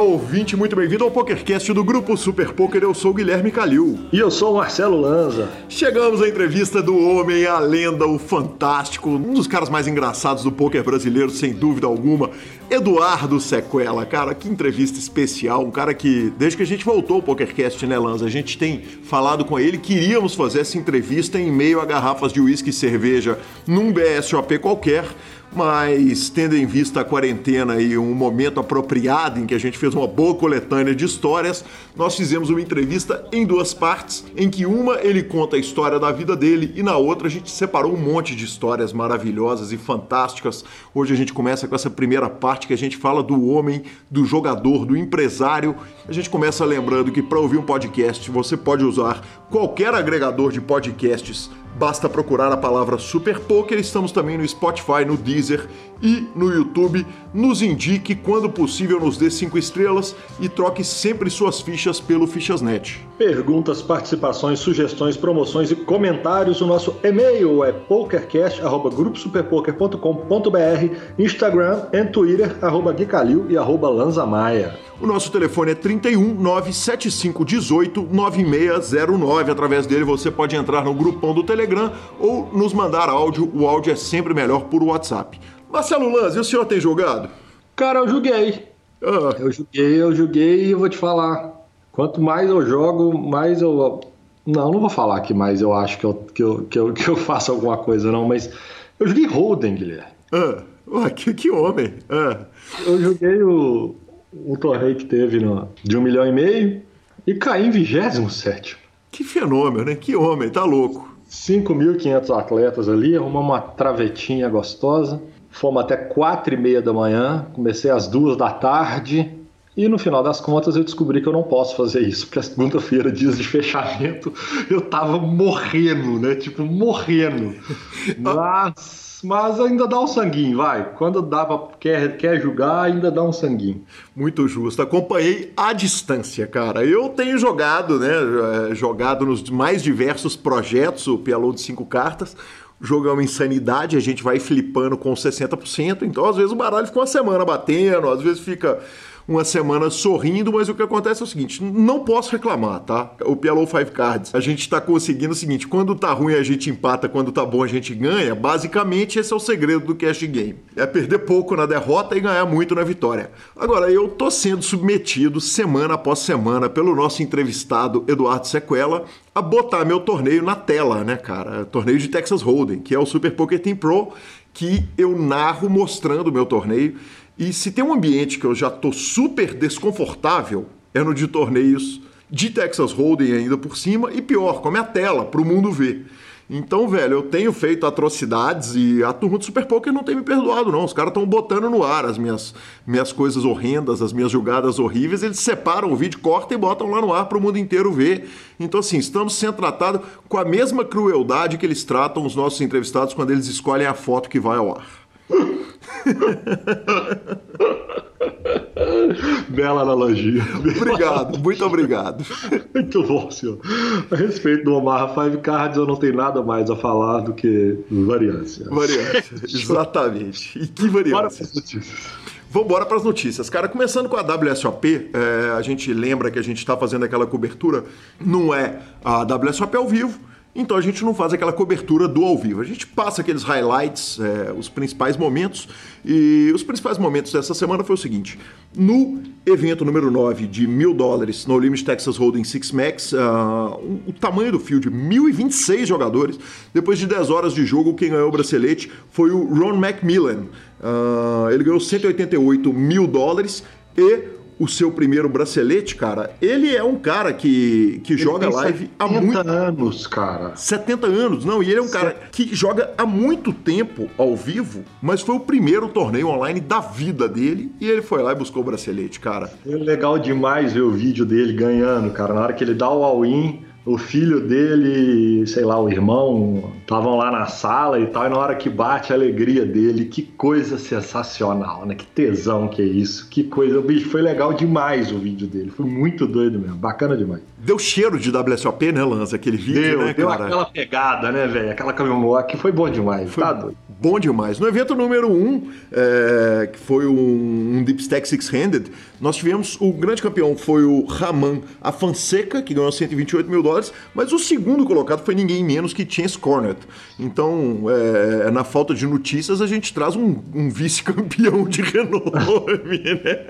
ouvinte, muito bem-vindo ao PokerCast do Grupo Super Poker. Eu sou o Guilherme Calil. E eu sou o Marcelo Lanza. Chegamos à entrevista do homem, a lenda, o fantástico, um dos caras mais engraçados do poker brasileiro, sem dúvida alguma, Eduardo Sequela. Cara, que entrevista especial, um cara que, desde que a gente voltou ao PokerCast, né, Lanza, a gente tem falado com ele, queríamos fazer essa entrevista em meio a garrafas de uísque e cerveja num BSOP qualquer, mas tendo em vista a quarentena e um momento apropriado em que a gente fez uma boa coletânea de histórias, nós fizemos uma entrevista em duas partes, em que uma ele conta a história da vida dele e na outra a gente separou um monte de histórias maravilhosas e fantásticas. Hoje a gente começa com essa primeira parte que a gente fala do homem, do jogador, do empresário. A gente começa lembrando que para ouvir um podcast você pode usar qualquer agregador de podcasts. Basta procurar a palavra Super Poker. Estamos também no Spotify, no Deezer e no YouTube. Nos indique, quando possível, nos dê 5 estrelas e troque sempre suas fichas pelo Fichasnet. Perguntas, participações, sugestões, promoções e comentários. O nosso e-mail é pokercast@gruposuperpoker.com.br, Instagram e Twitter, @guicalil e @lanzamaia. O nosso telefone é 31 975 18 9609. Através dele você pode entrar no grupão do Telegram ou nos mandar áudio. O áudio é sempre melhor por WhatsApp. Marcelo Lanza, e o senhor tem jogado? Cara, eu joguei. Eu joguei e eu vou te falar. Quanto mais eu jogo, mais eu... Não vou falar que mais eu acho que eu faço alguma coisa, não. Mas eu joguei Hold'em, Guilherme. Que homem. Eu joguei o torneio que teve de 1,5 milhão e caí em 27º. Que fenômeno, né? Que homem, tá louco. 5.500 atletas ali, arrumamos uma travetinha gostosa. Fomos até 4h30 da manhã, comecei às 2 da tarde e no final das contas eu descobri que eu não posso fazer isso, porque a segunda-feira, dias de fechamento, eu tava morrendo, né? Tipo, morrendo. Mas ainda dá um sanguinho, vai. Quando quer jogar, ainda dá um sanguinho. Muito justo. Acompanhei à distância, cara. Eu tenho jogado, né? Jogado nos mais diversos projetos, o PLO de 5 cartas. O jogo é uma insanidade, a gente vai flipando com 60%. Então, às vezes, o baralho fica uma semana batendo, às vezes fica uma semana sorrindo, mas o que acontece é o seguinte, não posso reclamar, tá? O PLO 5 Cards, a gente tá conseguindo o seguinte, quando tá ruim a gente empata, quando tá bom a gente ganha, basicamente esse é o segredo do cash game. É perder pouco na derrota e ganhar muito na vitória. Agora, eu tô sendo submetido semana após semana pelo nosso entrevistado Eduardo Sequela a botar meu torneio na tela, né, cara? Torneio de Texas Hold'em, que é o Super Poker Team Pro, que eu narro mostrando o meu torneio. E se tem um ambiente que eu já tô super desconfortável, é no de torneios de Texas Hold'em ainda por cima, e pior, como é a tela, pro mundo ver. Então, velho, eu tenho feito atrocidades e a turma do Super Poker não tem me perdoado, não. Os caras estão botando no ar as minhas coisas horrendas, as minhas jogadas horríveis, eles separam o vídeo, cortam e botam lá no ar pro mundo inteiro ver. Então, assim, estamos sendo tratados com a mesma crueldade que eles tratam os nossos entrevistados quando eles escolhem a foto que vai ao ar. Bela analogia. Obrigado, muito obrigado. Muito bom, senhor. A respeito do Omaha 5 Cards, eu não tenho nada mais a falar do que variância. Variância, exatamente. E que variância. Bora para as notícias. Vamos embora para as notícias. Cara, começando com a WSOP, a gente lembra que a gente está fazendo aquela cobertura, não é a WSOP ao vivo, então a gente não faz aquela cobertura do ao vivo. A gente passa aqueles highlights, os principais momentos. E os principais momentos dessa semana foi o seguinte. No evento número 9 de $1.000 no Limit Texas Hold'em 6 Max, o tamanho do field, 1.026 jogadores. Depois de 10 horas de jogo, quem ganhou o bracelete foi o Ron McMillan. Ele ganhou $188 mil e o seu primeiro bracelete, cara, ele é um cara que joga live há muito... 70 anos, cara. 70 anos, não, e ele é um cara que joga há muito tempo ao vivo, mas foi o primeiro torneio online da vida dele, e ele foi lá e buscou o bracelete, cara. É legal demais ver o vídeo dele ganhando, cara, na hora que ele dá o all-in, o filho dele, sei lá, o irmão, estavam lá na sala e tal, e na hora que bate a alegria dele, que coisa sensacional, né? Que tesão que é isso, que coisa, bicho, foi legal demais o vídeo dele, foi muito doido mesmo, bacana demais. Deu cheiro de WSOP, né, Lanza, aquele vídeo, né, deu cara? Aquela pegada, né, velho, aquela caminhonete que foi bom demais, foi tá doido. Bom demais. No evento número 1, que foi um Deep Stack Six-Handed, nós tivemos, o grande campeão foi o Raman Afonseca, que ganhou $128 mil, mas o segundo colocado foi ninguém menos que Chance Cornet. Então, na falta de notícias, a gente traz um vice-campeão de renome, né?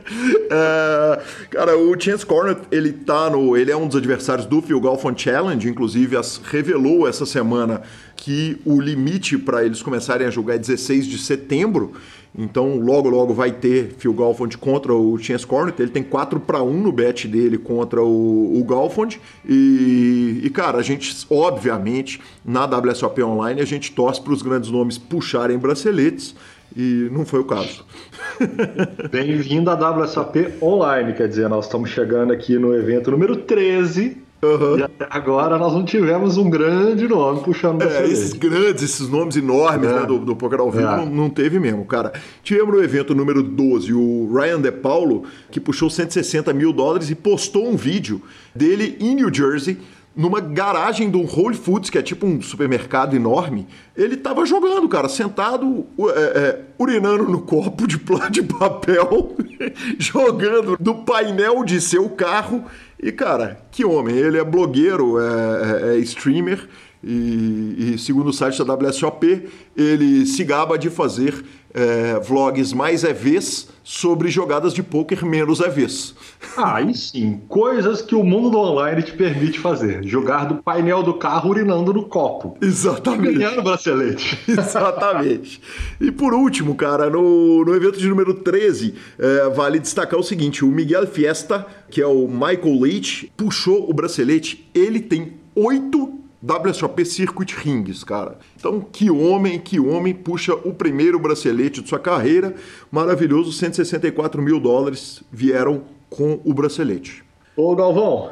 Cara, o Chance Cornet, ele é um dos adversários do Phil Galfond Challenge, inclusive revelou essa semana que o limite para eles começarem a jogar é 16 de setembro, então logo vai ter Phil Galfond contra o Chance Cornet. Ele tem 4-1 no bet dele contra o Galfond, e cara, a gente, obviamente, na WSOP Online, a gente torce para os grandes nomes puxarem braceletes, e não foi o caso. Bem-vindo à WSOP Online, quer dizer, nós estamos chegando aqui no evento número 13, e até agora nós não tivemos um grande nome puxando esses nomes enormes, né, do Poker ao vivo, não teve mesmo, cara. Tivemos no evento número 12 o Ryan De Paulo, que puxou $160 mil e postou um vídeo dele em New Jersey, numa garagem do Whole Foods, que é tipo um supermercado enorme. Ele tava jogando, cara, sentado, urinando no copo de papel, jogando do painel de seu carro. E, cara, que homem, ele é blogueiro, é streamer, e segundo o site da WSOP, ele se gaba de fazer vlogs mais EVs sobre jogadas de pôquer menos EVs. Aí sim, coisas que o mundo do online te permite fazer. Jogar do painel do carro urinando no copo. Exatamente. Ganhando bracelete. Exatamente. E por último, cara, no evento de número 13, vale destacar o seguinte, o Miguel Fiesta, que é o Michael Leach, puxou o bracelete. Ele tem 8 WSOP Circuit Rings, cara. Então, que homem puxa o primeiro bracelete de sua carreira. Maravilhoso, $164 mil vieram com o bracelete. Ô, Galvão.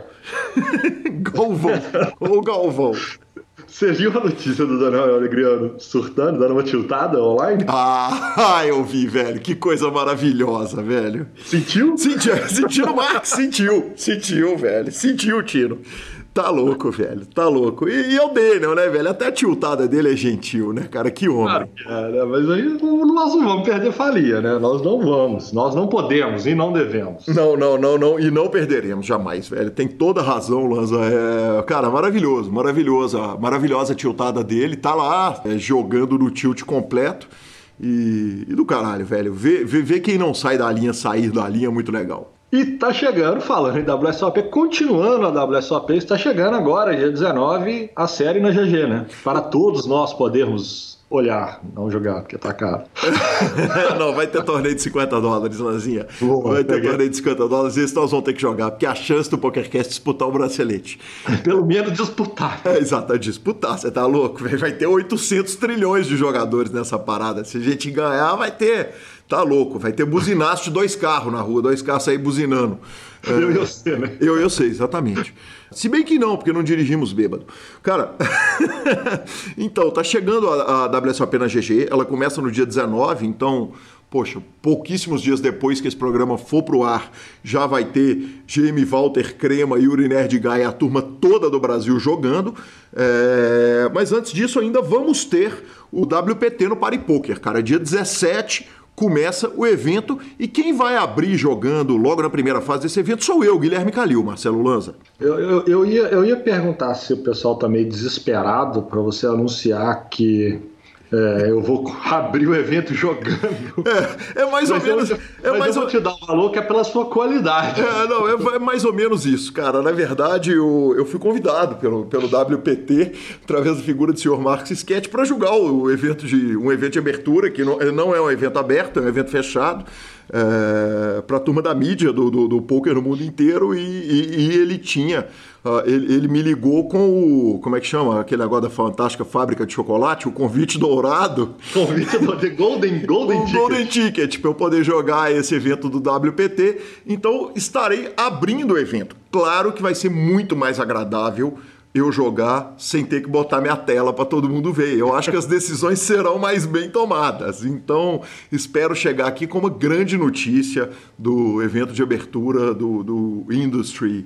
Galvão. Você viu a notícia do Daniel Negreanu surtando, dando uma tiltada online? Eu vi, velho. Que coisa maravilhosa, velho. Sentiu? Sentiu no Marcos, sentiu, velho. Sentiu, Tino. Tá louco, velho, tá louco. E é o Daniel, né, velho? Até a tiltada dele é gentil, né, cara? Que homem. Mas aí nós não vamos perder falia, né? Nós não podemos e não devemos. Não, e não perderemos jamais, velho. Tem toda a razão, Lanza. Cara, maravilhosa tiltada dele. Tá lá, jogando no tilt completo. E do caralho, velho. Ver quem não sai da linha, sair da linha é muito legal. E tá chegando, falando em WSOP, continuando a WSOP, está chegando agora, dia 19, a série na GG, né? Para todos nós podermos olhar, não jogar, porque tá caro. Não, vai ter torneio de $50, Lanzinha. Vai ter torneio de $50, esse nós vamos ter que jogar, porque a chance do PokerCast disputar o bracelete. Pelo menos disputar. Exato, disputar, você tá louco? Vai ter 800 trilhões de jogadores nessa parada. Se a gente ganhar, vai ter... Tá louco, vai ter buzinaço de 2 carros na rua, 2 carros aí buzinando. Eu e você, né? Eu e você, exatamente. Se bem que não, porque não dirigimos bêbado. Cara, então, tá chegando a WSOP na GG, ela começa no dia 19, então, poxa, pouquíssimos dias depois que esse programa for pro ar, já vai ter GM Walter, Crema, Yuri Nerd Guy, a turma toda do Brasil jogando. Mas antes disso, ainda vamos ter o WPT no Party Poker, cara, dia 17... começa o evento, e quem vai abrir jogando logo na primeira fase desse evento sou eu, Guilherme Calil, Marcelo Lanza. Eu ia perguntar se o pessoal tá meio desesperado para você anunciar que eu vou abrir o evento jogando. É mais ou menos... eu vou te dar um valor que é pela sua qualidade. É mais ou menos isso, cara. Na verdade, eu fui convidado pelo WPT, através da figura do senhor Marcos Sketch, para julgar um evento de abertura, que não é um evento aberto, é um evento fechado. para a turma da mídia do poker no mundo inteiro e ele tinha... ele me ligou com o... Como é que chama? Aquele negócio da fantástica fábrica de chocolate, o convite dourado. Convite do Golden Ticket. Golden Ticket, para eu poder jogar esse evento do WPT. Então, estarei abrindo o evento. Claro que vai ser muito mais agradável eu jogar sem ter que botar minha tela para todo mundo ver. Eu acho que as decisões serão mais bem tomadas. Então, espero chegar aqui com uma grande notícia do evento de abertura do Industry,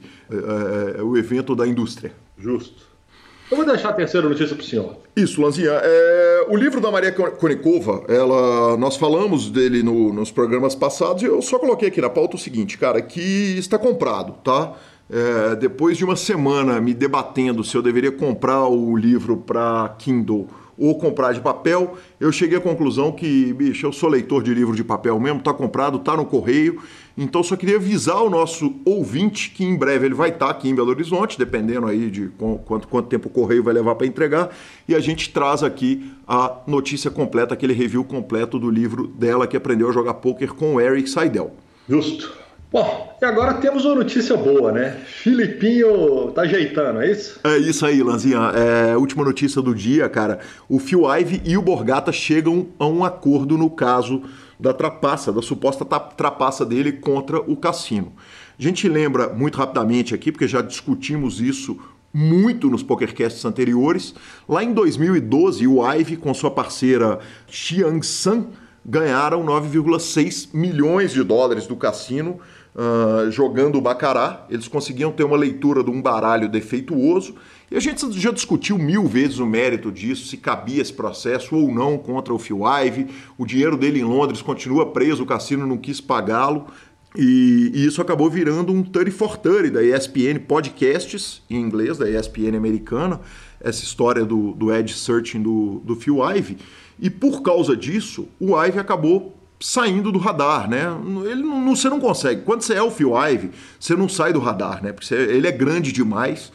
o evento da indústria. Justo. Eu vou deixar a terceira notícia para o senhor. Isso, Lanzinha. O livro da Maria Konnikova, nós falamos dele nos programas passados e eu só coloquei aqui na pauta o seguinte, cara, que está comprado, tá? Depois de uma semana me debatendo se eu deveria comprar o livro para Kindle ou comprar de papel, eu cheguei à conclusão que, bicho, eu sou leitor de livro de papel mesmo, tá comprado, tá no correio, então só queria avisar o nosso ouvinte que em breve ele vai estar aqui em Belo Horizonte, dependendo aí de quanto tempo o correio vai levar para entregar, e a gente traz aqui a notícia completa, aquele review completo do livro dela que aprendeu a jogar pôquer com o Eric Seidel. Justo. Bom, e agora temos uma notícia boa, né? Filipinho tá ajeitando, é isso? É isso aí, Lanzinha. Última notícia do dia, cara. O Phil Ivey e o Borgata chegam a um acordo no caso da trapaça, da suposta trapaça dele contra o cassino. A gente lembra muito rapidamente aqui, porque já discutimos isso muito nos PokerCasts anteriores. Lá em 2012, o Ivey com sua parceira Xiang San ganharam 9,6 milhões de dólares do cassino jogando o baccarat. Eles conseguiam ter uma leitura de um baralho defeituoso e a gente já discutiu 1000 vezes o mérito disso, se cabia esse processo ou não contra o Phil Ivey. O dinheiro dele em Londres continua preso, o cassino não quis pagá-lo e isso acabou virando um 30 for 30 da ESPN Podcasts, em inglês, da ESPN americana, essa história do edge searching do Phil Ivey. E por causa disso, o Ivey acabou saindo do radar, né? Você não consegue. Quando você é o Phil Ivey, você não sai do radar, né? Porque ele é grande demais,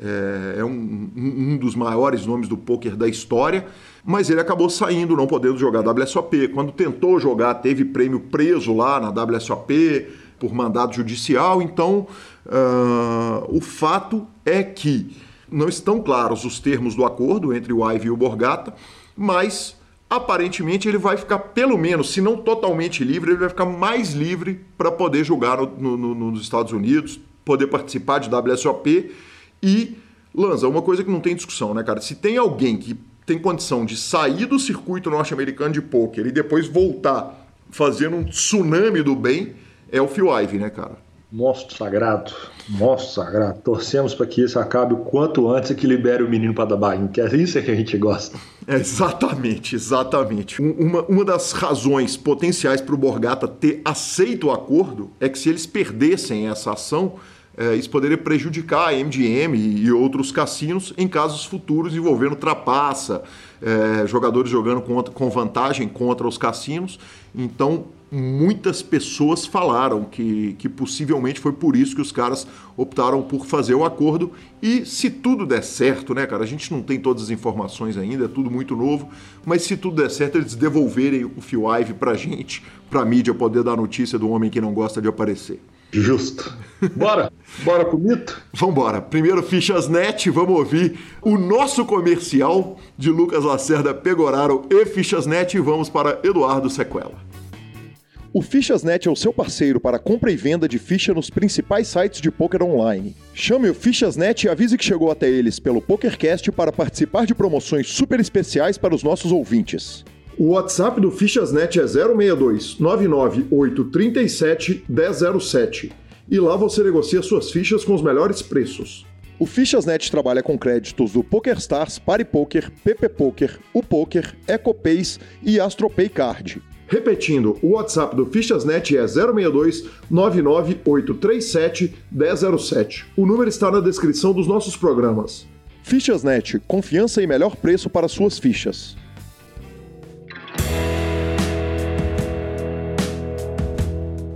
é um dos maiores nomes do poker da história, mas ele acabou saindo, não podendo jogar WSOP. Quando tentou jogar, teve prêmio preso lá na WSOP por mandado judicial. Então, o fato é que não estão claros os termos do acordo entre o Ivey e o Borgata, mas aparentemente ele vai ficar, pelo menos, se não totalmente livre, ele vai ficar mais livre para poder jogar nos Estados Unidos, poder participar de WSOP. E, Lanza, uma coisa que não tem discussão, né, cara? Se tem alguém que tem condição de sair do circuito norte-americano de pôquer e depois voltar fazendo um tsunami do bem, é o Phil Ivey, né, cara? Monstro sagrado. Torcemos para que isso acabe o quanto antes e que libere o menino para dar bainha, que é isso que a gente gosta. Exatamente. Uma das razões potenciais para o Borgata ter aceito o acordo é que se eles perdessem essa ação, isso poderia prejudicar a MGM e outros cassinos em casos futuros envolvendo trapaça, jogadores jogando com vantagem contra os cassinos. Então, muitas pessoas falaram que possivelmente foi por isso que os caras optaram por fazer o acordo. E se tudo der certo, né, cara? A gente não tem todas as informações ainda, é tudo muito novo, mas se tudo der certo, eles devolverem o Phil Ivey pra gente, pra mídia poder dar notícia do homem que não gosta de aparecer. Justo. Bora pro mito? Vambora. Primeiro Fichasnet, vamos ouvir o nosso comercial de Lucas Lacerda, Pegoraro e Fichasnet, e vamos para Eduardo Sequela. O Fichasnet é o seu parceiro para compra e venda de ficha nos principais sites de pôquer online. Chame o Fichasnet e avise que chegou até eles pelo PokerCast para participar de promoções super especiais para os nossos ouvintes. O WhatsApp do Fichasnet é 062 99837 1007 e lá você negocia suas fichas com os melhores preços. O Fichasnet trabalha com créditos do PokerStars, PariPoker, PP Poker, UPoker, EcoPays e AstroPay Card. Repetindo, o WhatsApp do Fichasnet é 062 99837 1007. O número está na descrição dos nossos programas. Fichasnet, confiança e melhor preço para suas fichas.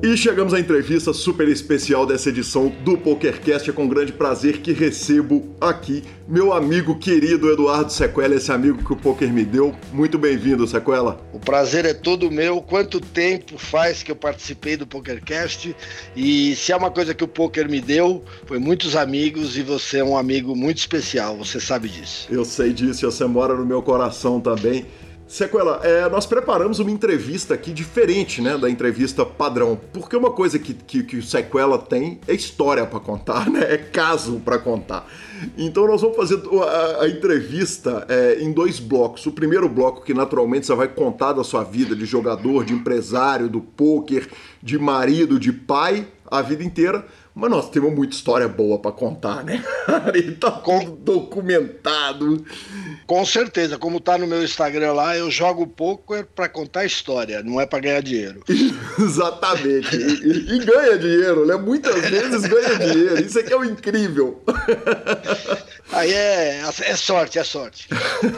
E chegamos à entrevista super especial dessa edição do PokerCast. É com grande prazer que recebo aqui meu amigo querido Eduardo Sequela, esse amigo que o poker me deu. Muito bem-vindo, Sequela. O prazer é todo meu. Quanto tempo faz que eu participei do PokerCast? E se é uma coisa que o poker me deu, foi muitos amigos, e você é um amigo muito especial, você sabe disso. Eu sei disso, você mora no meu coração também. Sequela, nós preparamos uma entrevista aqui diferente, né, da entrevista padrão, porque uma coisa que o Sequela tem é história para contar, né, é caso para contar. Então nós vamos fazer a entrevista em 2 blocos. O primeiro bloco, que naturalmente você vai contar da sua vida de jogador, de empresário, do poker, de marido, de pai, a vida inteira. Mas nós temos muita história boa para contar, né? Tá tudo documentado. Com certeza, como tá no meu Instagram lá, eu jogo poker para contar história, não é para ganhar dinheiro. Exatamente. E ganha dinheiro, né? Muitas vezes ganha dinheiro. Isso aqui é o incrível. Aí é sorte, é sorte.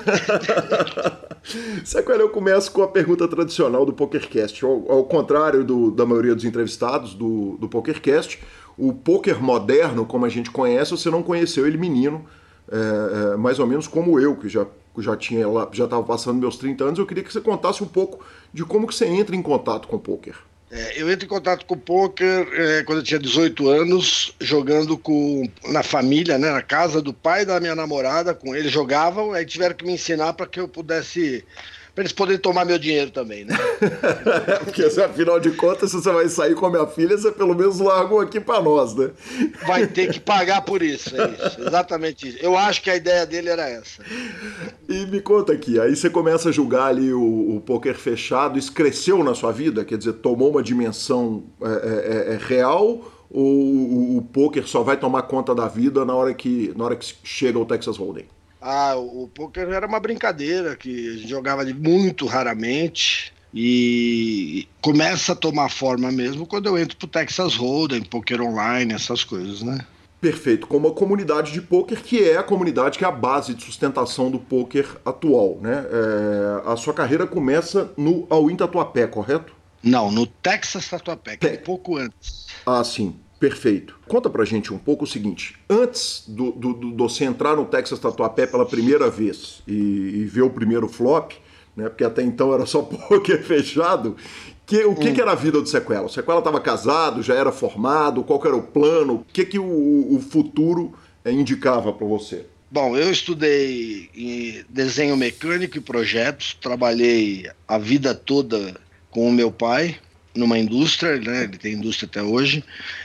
Sequela, eu começo com a pergunta tradicional do PokerCast. Ao contrário da maioria dos entrevistados do PokerCast, o poker moderno, como a gente conhece, você não conheceu ele menino, mais ou menos como eu, que já estava passando meus 30 anos. Eu queria que você contasse um pouco de como que você entra em contato com o poker. Eu entro em contato com o poker quando eu tinha 18 anos, jogando na família, né, na casa do pai da minha namorada, com eles jogavam, aí tiveram que me ensinar para que eu pudesse, para eles poderem tomar meu dinheiro também, né? Porque afinal de contas, se você vai sair com a minha filha, você pelo menos largou aqui para nós, né? Vai ter que pagar por isso, é isso, exatamente isso. Eu acho que a ideia dele era essa. E me conta aqui, aí você começa a jogar ali o poker fechado, isso cresceu na sua vida? Quer dizer, tomou uma dimensão real, ou o poker só vai tomar conta da vida na hora que chega o Texas Hold'em? O poker era uma brincadeira que a gente jogava muito raramente e começa a tomar forma mesmo quando eu entro pro Texas Hold'em, poker online, essas coisas, né? Perfeito, como a comunidade de poker, que é a comunidade que é a base de sustentação do poker atual, né? A sua carreira começa no All-in Tatuapé, correto? Não, no Texas Tatuapé, que é um pouco antes. Ah, sim. Perfeito. Conta pra gente um pouco o seguinte, antes do você entrar no Texas Tatuapé pela primeira vez e ver o primeiro flop, né, porque até então era só poker fechado, o que era a vida do Sequela? O Sequela estava casado, já era formado, qual que era o plano, o que o futuro indicava para você? Bom, eu estudei em desenho mecânico e projetos, trabalhei a vida toda com o meu pai, numa indústria, né? Ele tem indústria até hoje,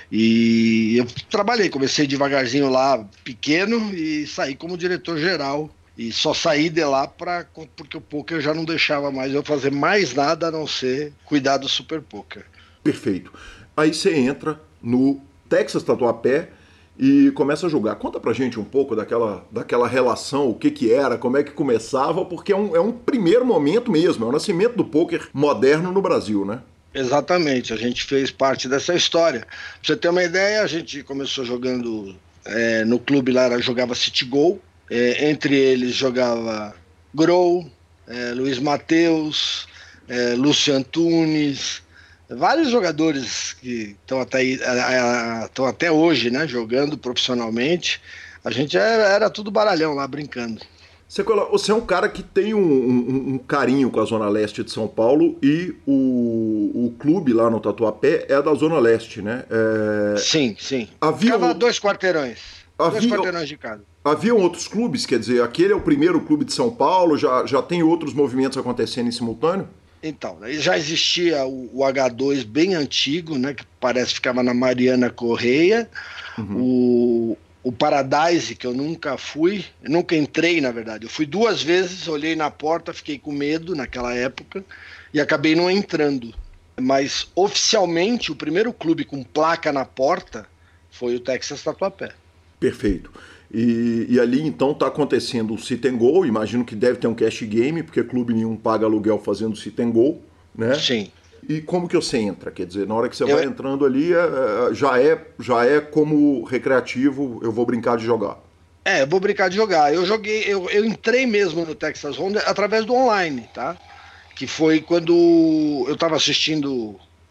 e eu comecei devagarzinho lá, pequeno, e saí como diretor-geral, e só saí de lá porque o poker já não deixava mais eu fazer mais nada a não ser cuidar do Super Poker. Perfeito. Aí você entra no Texas Tatuapé e começa a jogar. Conta pra gente um pouco daquela relação, o que era, como é que começava, porque é um primeiro momento mesmo, é o nascimento do poker moderno no Brasil, né? Exatamente, a gente fez parte dessa história. Pra você ter uma ideia, a gente começou jogando no clube lá, jogava City Go, entre eles jogava Grow, Luiz Matheus, Lúcio Antunes, vários jogadores que estão até hoje, né, jogando profissionalmente. A gente era tudo baralhão lá, brincando. Sequela, você é um cara que tem um carinho com a Zona Leste de São Paulo e o clube lá no Tatuapé é da Zona Leste, né? Sim. Ficava 2 quarteirões. 2 quarteirões de casa. Haviam outros clubes? Quer dizer, aquele é o primeiro clube de São Paulo? Já tem outros movimentos acontecendo em simultâneo? Então, já existia o H2 bem antigo, né? Que parece que ficava na Mariana Correia. Uhum. O Paradise, que eu nunca fui, eu nunca entrei, na verdade. Eu fui 2 vezes, olhei na porta, fiquei com medo naquela época e acabei não entrando. Mas, oficialmente, o primeiro clube com placa na porta foi o Texas Tatuapé. Perfeito. E ali, então, está acontecendo o Sit and Go. Imagino que deve ter um cash game, porque clube nenhum paga aluguel fazendo Sit and Go, né? Sim. E como que você entra? Quer dizer, na hora que você vai entrando ali, já é como recreativo, eu vou brincar de jogar. Eu vou brincar de jogar. Eu entrei mesmo no Texas Hold'em através do online, tá? Que foi quando eu estava assistindo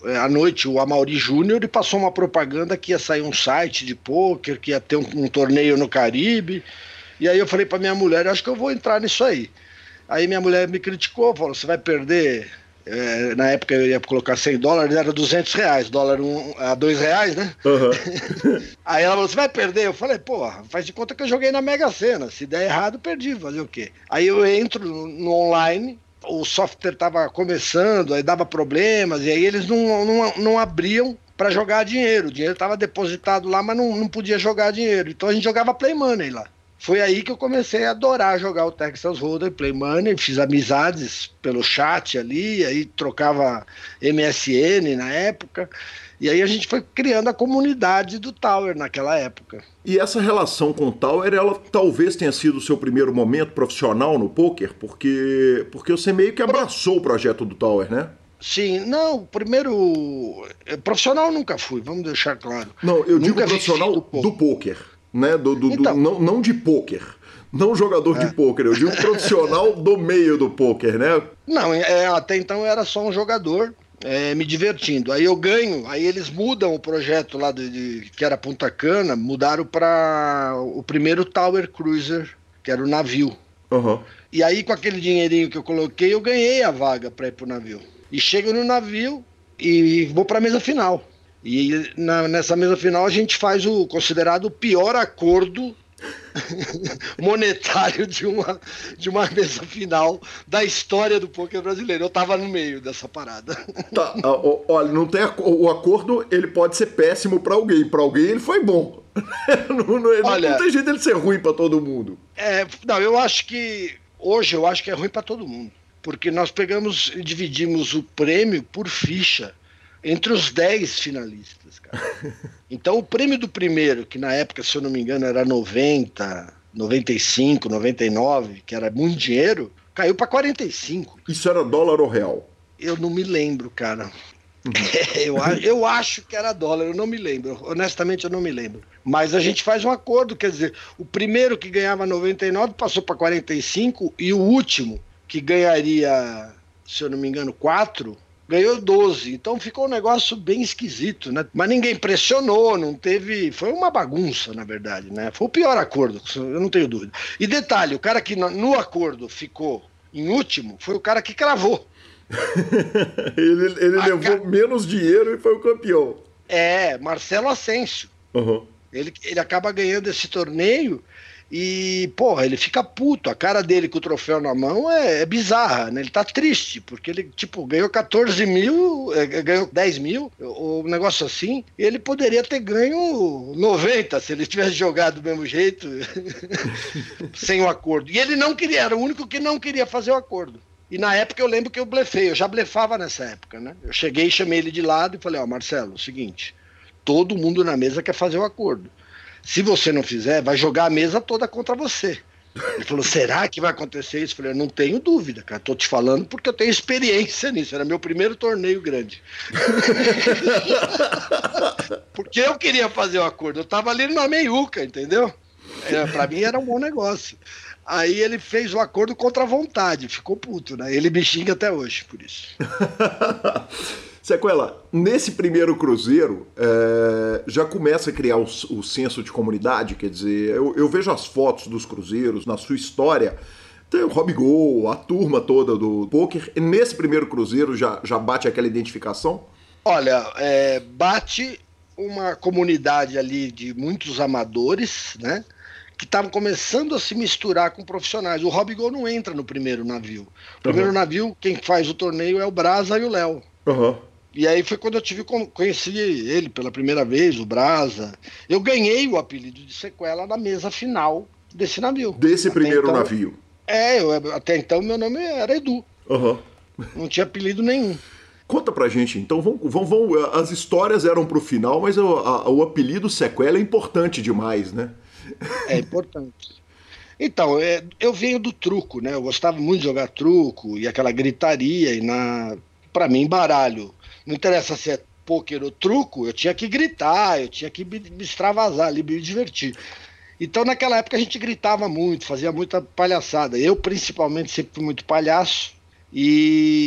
à noite o Amaury Júnior e passou uma propaganda que ia sair um site de pôquer, que ia ter um torneio no Caribe. E aí eu falei para minha mulher, acho que eu vou entrar nisso aí. Aí minha mulher me criticou, falou, você vai perder... na época eu ia colocar $100, era R$200, dólar a R$2, né? Uhum. Aí ela falou, você vai perder? Eu falei, porra, faz de conta que eu joguei na Mega Sena, se der errado, perdi, fazer o quê? Aí eu entro no online, o software tava começando, aí dava problemas, e aí eles não abriam para jogar dinheiro, o dinheiro tava depositado lá, mas não podia jogar dinheiro, então a gente jogava Play Money lá. Foi aí que eu comecei a adorar jogar o Texas Hold'em, Play Money, fiz amizades pelo chat ali, aí trocava MSN na época, e aí a gente foi criando a comunidade do Tower naquela época. E essa relação com o Tower, ela talvez tenha sido o seu primeiro momento profissional no poker, porque você meio que abraçou o projeto do Tower, né? Sim, não, primeiro, profissional eu nunca fui, vamos deixar claro. Não, eu digo Nunca profissional do poker. Né? Então, não de pôquer, não jogador de pôquer, eu digo profissional do meio do pôquer, né? Não, até então eu era só um jogador, me divertindo. Aí eu ganho, aí eles mudam o projeto lá que era Punta Cana, mudaram para o primeiro Tower Cruiser, que era o navio. Uhum. E aí com aquele dinheirinho que eu coloquei, eu ganhei a vaga para ir pro navio. E chego no navio e vou para a mesa final. E nessa mesa final a gente faz o considerado pior acordo monetário de uma mesa final da história do poker brasileiro. Eu tava no meio dessa parada. Tá, olha, não tem o acordo, ele pode ser péssimo para alguém ele foi bom. Não tem jeito dele ser ruim para todo mundo. Não, eu acho que hoje é ruim para todo mundo, porque nós pegamos e dividimos o prêmio por ficha entre os 10 finalistas, cara. Então o prêmio do primeiro, que na época, se eu não me engano, era 90, 95, 99, que era muito dinheiro, caiu para 45. Isso era dólar ou real? Eu não me lembro, cara. Eu acho que era dólar, eu não me lembro. Honestamente, eu não me lembro. Mas a gente faz um acordo, quer dizer, o primeiro que ganhava 99 passou para 45 e o último, que ganharia, se eu não me engano, 4... ganhou 12, então ficou um negócio bem esquisito, né? Mas ninguém pressionou, não teve... Foi uma bagunça, na verdade, né? Foi o pior acordo, eu não tenho dúvida. E detalhe, o cara que no acordo ficou em último foi o cara que cravou. ele levou menos dinheiro e foi o campeão. Marcelo Ascencio. Uhum. Ele acaba ganhando esse torneio e, porra, ele fica puto. A cara dele com o troféu na mão é bizarra, né? Ele tá triste, porque ele, ganhou 14 mil, ganhou 10 mil, um negócio assim, e ele poderia ter ganho 90 se ele tivesse jogado do mesmo jeito, sem o acordo. E ele não queria, era o único que não queria fazer o acordo. E na época eu lembro que eu blefei, eu já blefava nessa época, né? Eu cheguei, chamei ele de lado e falei, Marcelo, é o seguinte, todo mundo na mesa quer fazer o acordo. Se você não fizer, vai jogar a mesa toda contra você. Ele falou, será que vai acontecer isso? Eu falei, eu não tenho dúvida, cara. Tô te falando porque eu tenho experiência nisso. Era meu primeiro torneio grande. Porque eu queria fazer o acordo. Eu tava ali na meiuca, entendeu? Pra mim era um bom negócio. Aí ele fez o acordo contra a vontade. Ficou puto, né? Ele me xinga até hoje por isso. Sequela, nesse primeiro cruzeiro, já começa a criar o senso de comunidade, quer dizer, eu vejo as fotos dos cruzeiros, na sua história, tem o Rob Go, a turma toda do poker, e nesse primeiro cruzeiro já bate aquela identificação? Olha, bate uma comunidade ali de muitos amadores, né, que estavam começando a se misturar com profissionais. O Rob Go não entra no primeiro navio. O primeiro navio, quem faz o torneio é o Brasa e o Léo. Uhum. E aí foi quando eu conheci ele pela primeira vez, o Brasa. Eu ganhei o apelido de Sequela na mesa final desse navio. Desse primeiro navio? Até então meu nome era Edu. Uhum. Não tinha apelido nenhum. Conta pra gente, então, as histórias eram pro final, mas o apelido Sequela é importante demais, né? É importante. Então, eu venho do truco, né? Eu gostava muito de jogar truco e aquela gritaria, pra mim, baralho. Não interessa se é pôquer ou truco, eu tinha que gritar, eu tinha que me extravasar ali, me divertir. Então, naquela época, a gente gritava muito, fazia muita palhaçada. Eu, principalmente, sempre fui muito palhaço. E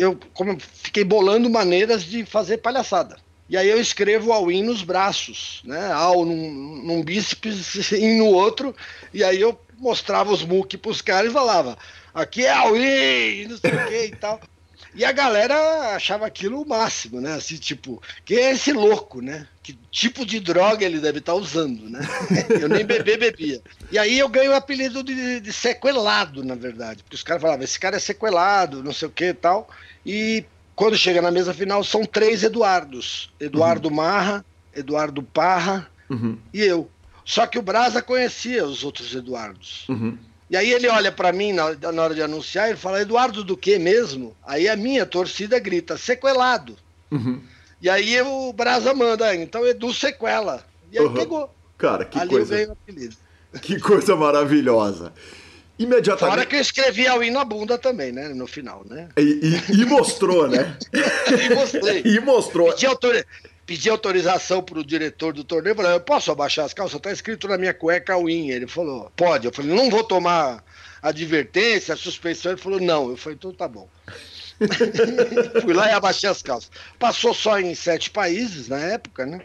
como fiquei bolando maneiras de fazer palhaçada. E aí eu escrevo all-in nos braços, né? All num bíceps, in no outro, e aí eu mostrava os muque pros caras e falava, aqui é all-in, não sei o que e tal. E a galera achava aquilo o máximo, né? Assim, tipo, quem é esse louco, né? Que tipo de droga ele deve estar usando, né? Eu nem bebia. E aí eu ganho o apelido de sequelado, na verdade. Porque os caras falavam, esse cara é sequelado, não sei o que e tal. E quando chega na mesa final, são 3 Eduardos. Eduardo Marra, Eduardo Parra e eu. Só que o Brasa conhecia os outros Eduardos. E aí ele olha pra mim na hora de anunciar e fala, Eduardo do quê mesmo? Aí a minha torcida grita, sequelado. E aí o Brasa manda, então Edu sequela. E aí pegou. Cara, que ali coisa. eu ganhei o apelido. Que coisa maravilhosa. Imediatamente. Fora que eu escrevi all-in na bunda também, né? No final, né? E mostrou, né? E mostrei. E mostrou. Pedi autorização pro diretor do torneio, falei, eu posso abaixar as calças? Tá escrito na minha cueca all-in. Ele falou, pode. Eu falei, não vou tomar advertência, suspensão. Ele falou, não. Eu falei, então tá bom. Fui lá e abaixei as calças. Passou só em 7 países na época, né?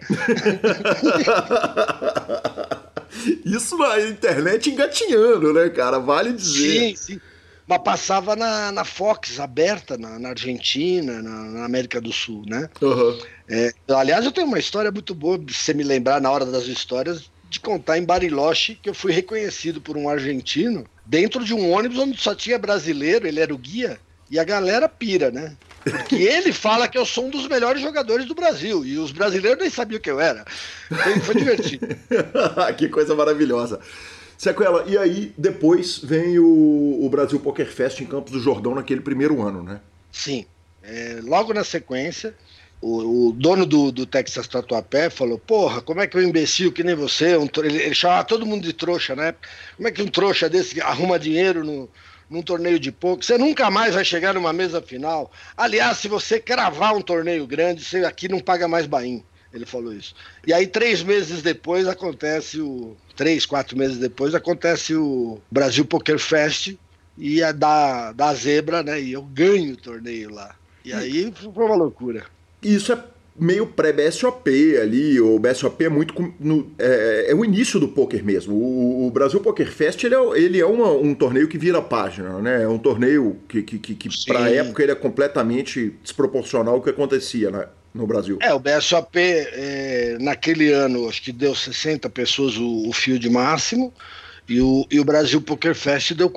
Isso na internet engatinhando, né, cara? Vale dizer. Sim. Mas passava na Fox, aberta, na Argentina, na América do Sul, né? Aliás, eu tenho uma história muito boa, se você me lembrar na hora das histórias, de contar em Bariloche, que eu fui reconhecido por um argentino, dentro de um ônibus onde só tinha brasileiro, ele era o guia, e a galera pira, né? Porque ele fala que eu sou um dos melhores jogadores do Brasil, e os brasileiros nem sabiam que eu era. Foi divertido. Que coisa maravilhosa. Sequela, e aí depois vem o Brasil Poker Fest em Campos do Jordão naquele primeiro ano, né? Sim. Logo na sequência, o dono do Texas Tatuapé falou, porra, como é que um imbecil que nem você, ele chamava todo mundo de trouxa, né? Como é que um trouxa desse arruma dinheiro num torneio de poker? Você nunca mais vai chegar numa mesa final. Aliás, se você cravar um torneio grande, você aqui não paga mais bain. Ele falou isso. E aí 3 meses depois acontece 4 meses depois acontece o Brasil Poker Fest e a da zebra, né? E eu ganho o torneio lá. E aí foi uma loucura. Isso é meio pré-BSOP ali, o BSOP é muito... É o início do poker mesmo. O Brasil Poker Fest, ele é um torneio que vira página, né? É um torneio que para a época, ele é completamente desproporcional ao que acontecia, né, no Brasil. O BSOP, naquele ano, acho que deu 60 pessoas o field máximo, e o Brasil Poker Fest deu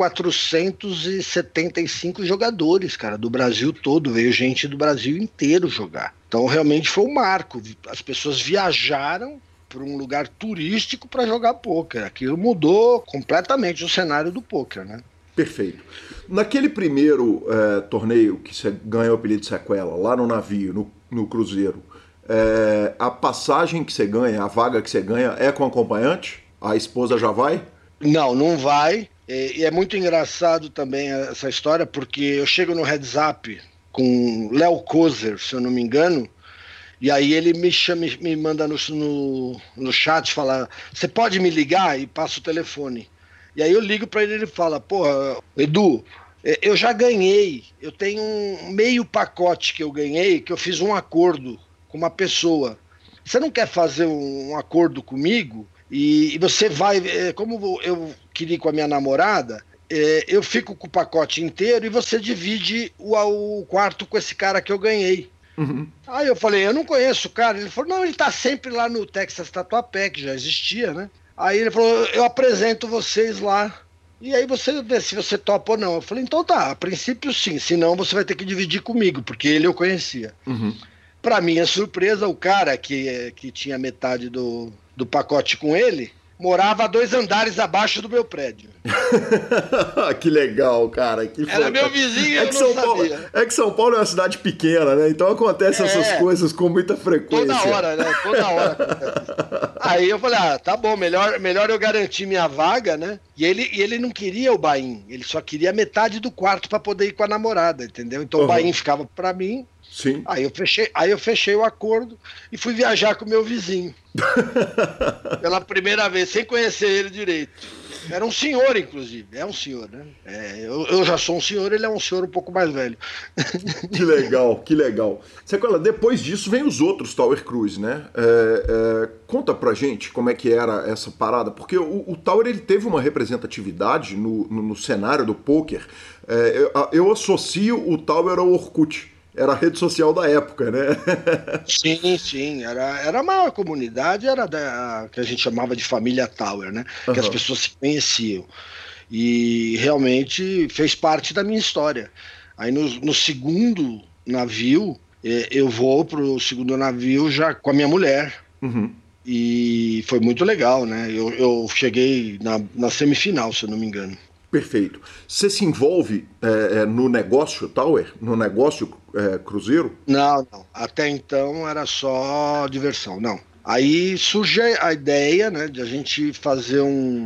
475 jogadores, cara, do Brasil todo. Veio gente do Brasil inteiro jogar. Então, realmente foi um marco. As pessoas viajaram para um lugar turístico para jogar pôquer. Aquilo mudou completamente o cenário do pôquer, né? Perfeito. Naquele primeiro torneio que você ganhou o apelido de sequela, lá no navio, no cruzeiro, a passagem que você ganha, a vaga que você ganha é com acompanhante? A esposa já vai? Não vai. E é muito engraçado também essa história, porque eu chego no Heads Up com Léo Kozer, se eu não me engano, e aí ele me manda no chat falar, você pode me ligar? E passa o telefone. E aí eu ligo para ele e ele fala, porra, Edu, eu já ganhei, eu tenho um meio pacote que eu ganhei, que eu fiz um acordo com uma pessoa. Você não quer fazer um acordo comigo? E você vai, como eu queria ir com a minha namorada, eu fico com o pacote inteiro e você divide o quarto com esse cara que eu ganhei. Aí eu falei, eu não conheço o cara. Ele falou, não, ele tá sempre lá no Texas Tatuapé, que já existia, né? Aí ele falou, eu apresento vocês lá. E aí você vê se você topa ou não. Eu falei, então tá, a princípio sim, senão você vai ter que dividir comigo, porque ele eu conhecia. Pra minha surpresa, o cara que tinha metade do pacote com ele, morava a 2 andares abaixo do meu prédio. Que legal, cara. Era meu vizinho, eu não sabia. É que São Paulo é uma cidade pequena, né? Então acontecem essas coisas com muita frequência. Toda hora, né? Toda hora acontece. Aí eu falei, tá bom, melhor eu garantir minha vaga, né? E ele não queria o bain, ele só queria metade do quarto para poder ir com a namorada, entendeu? Então o bain ficava para mim Sim. Aí eu fechei o acordo e fui viajar com o meu vizinho. Pela primeira vez, sem conhecer ele direito. Era um senhor, inclusive. É um senhor, né? Eu já sou um senhor, ele é um senhor um pouco mais velho. Que legal, que legal. Sequela, depois disso vem os outros Tower Cruise, né? Conta pra gente como é que era essa parada, porque o Tower ele teve uma representatividade no cenário do poker. Eu associo o Tower ao Orkut. Era a rede social da época, né? Sim. Era uma comunidade, que a gente chamava de família Tower, né? Uhum. Que as pessoas se conheciam. E realmente fez parte da minha história. Aí no segundo navio, eu vou pro segundo navio já com a minha mulher. Uhum. E foi muito legal, né? Eu cheguei na semifinal, se eu não me engano. Perfeito. Você se envolve no negócio Tower? No negócio cruzeiro? Não. Até então era só diversão, não. Aí surge a ideia, né, de a gente fazer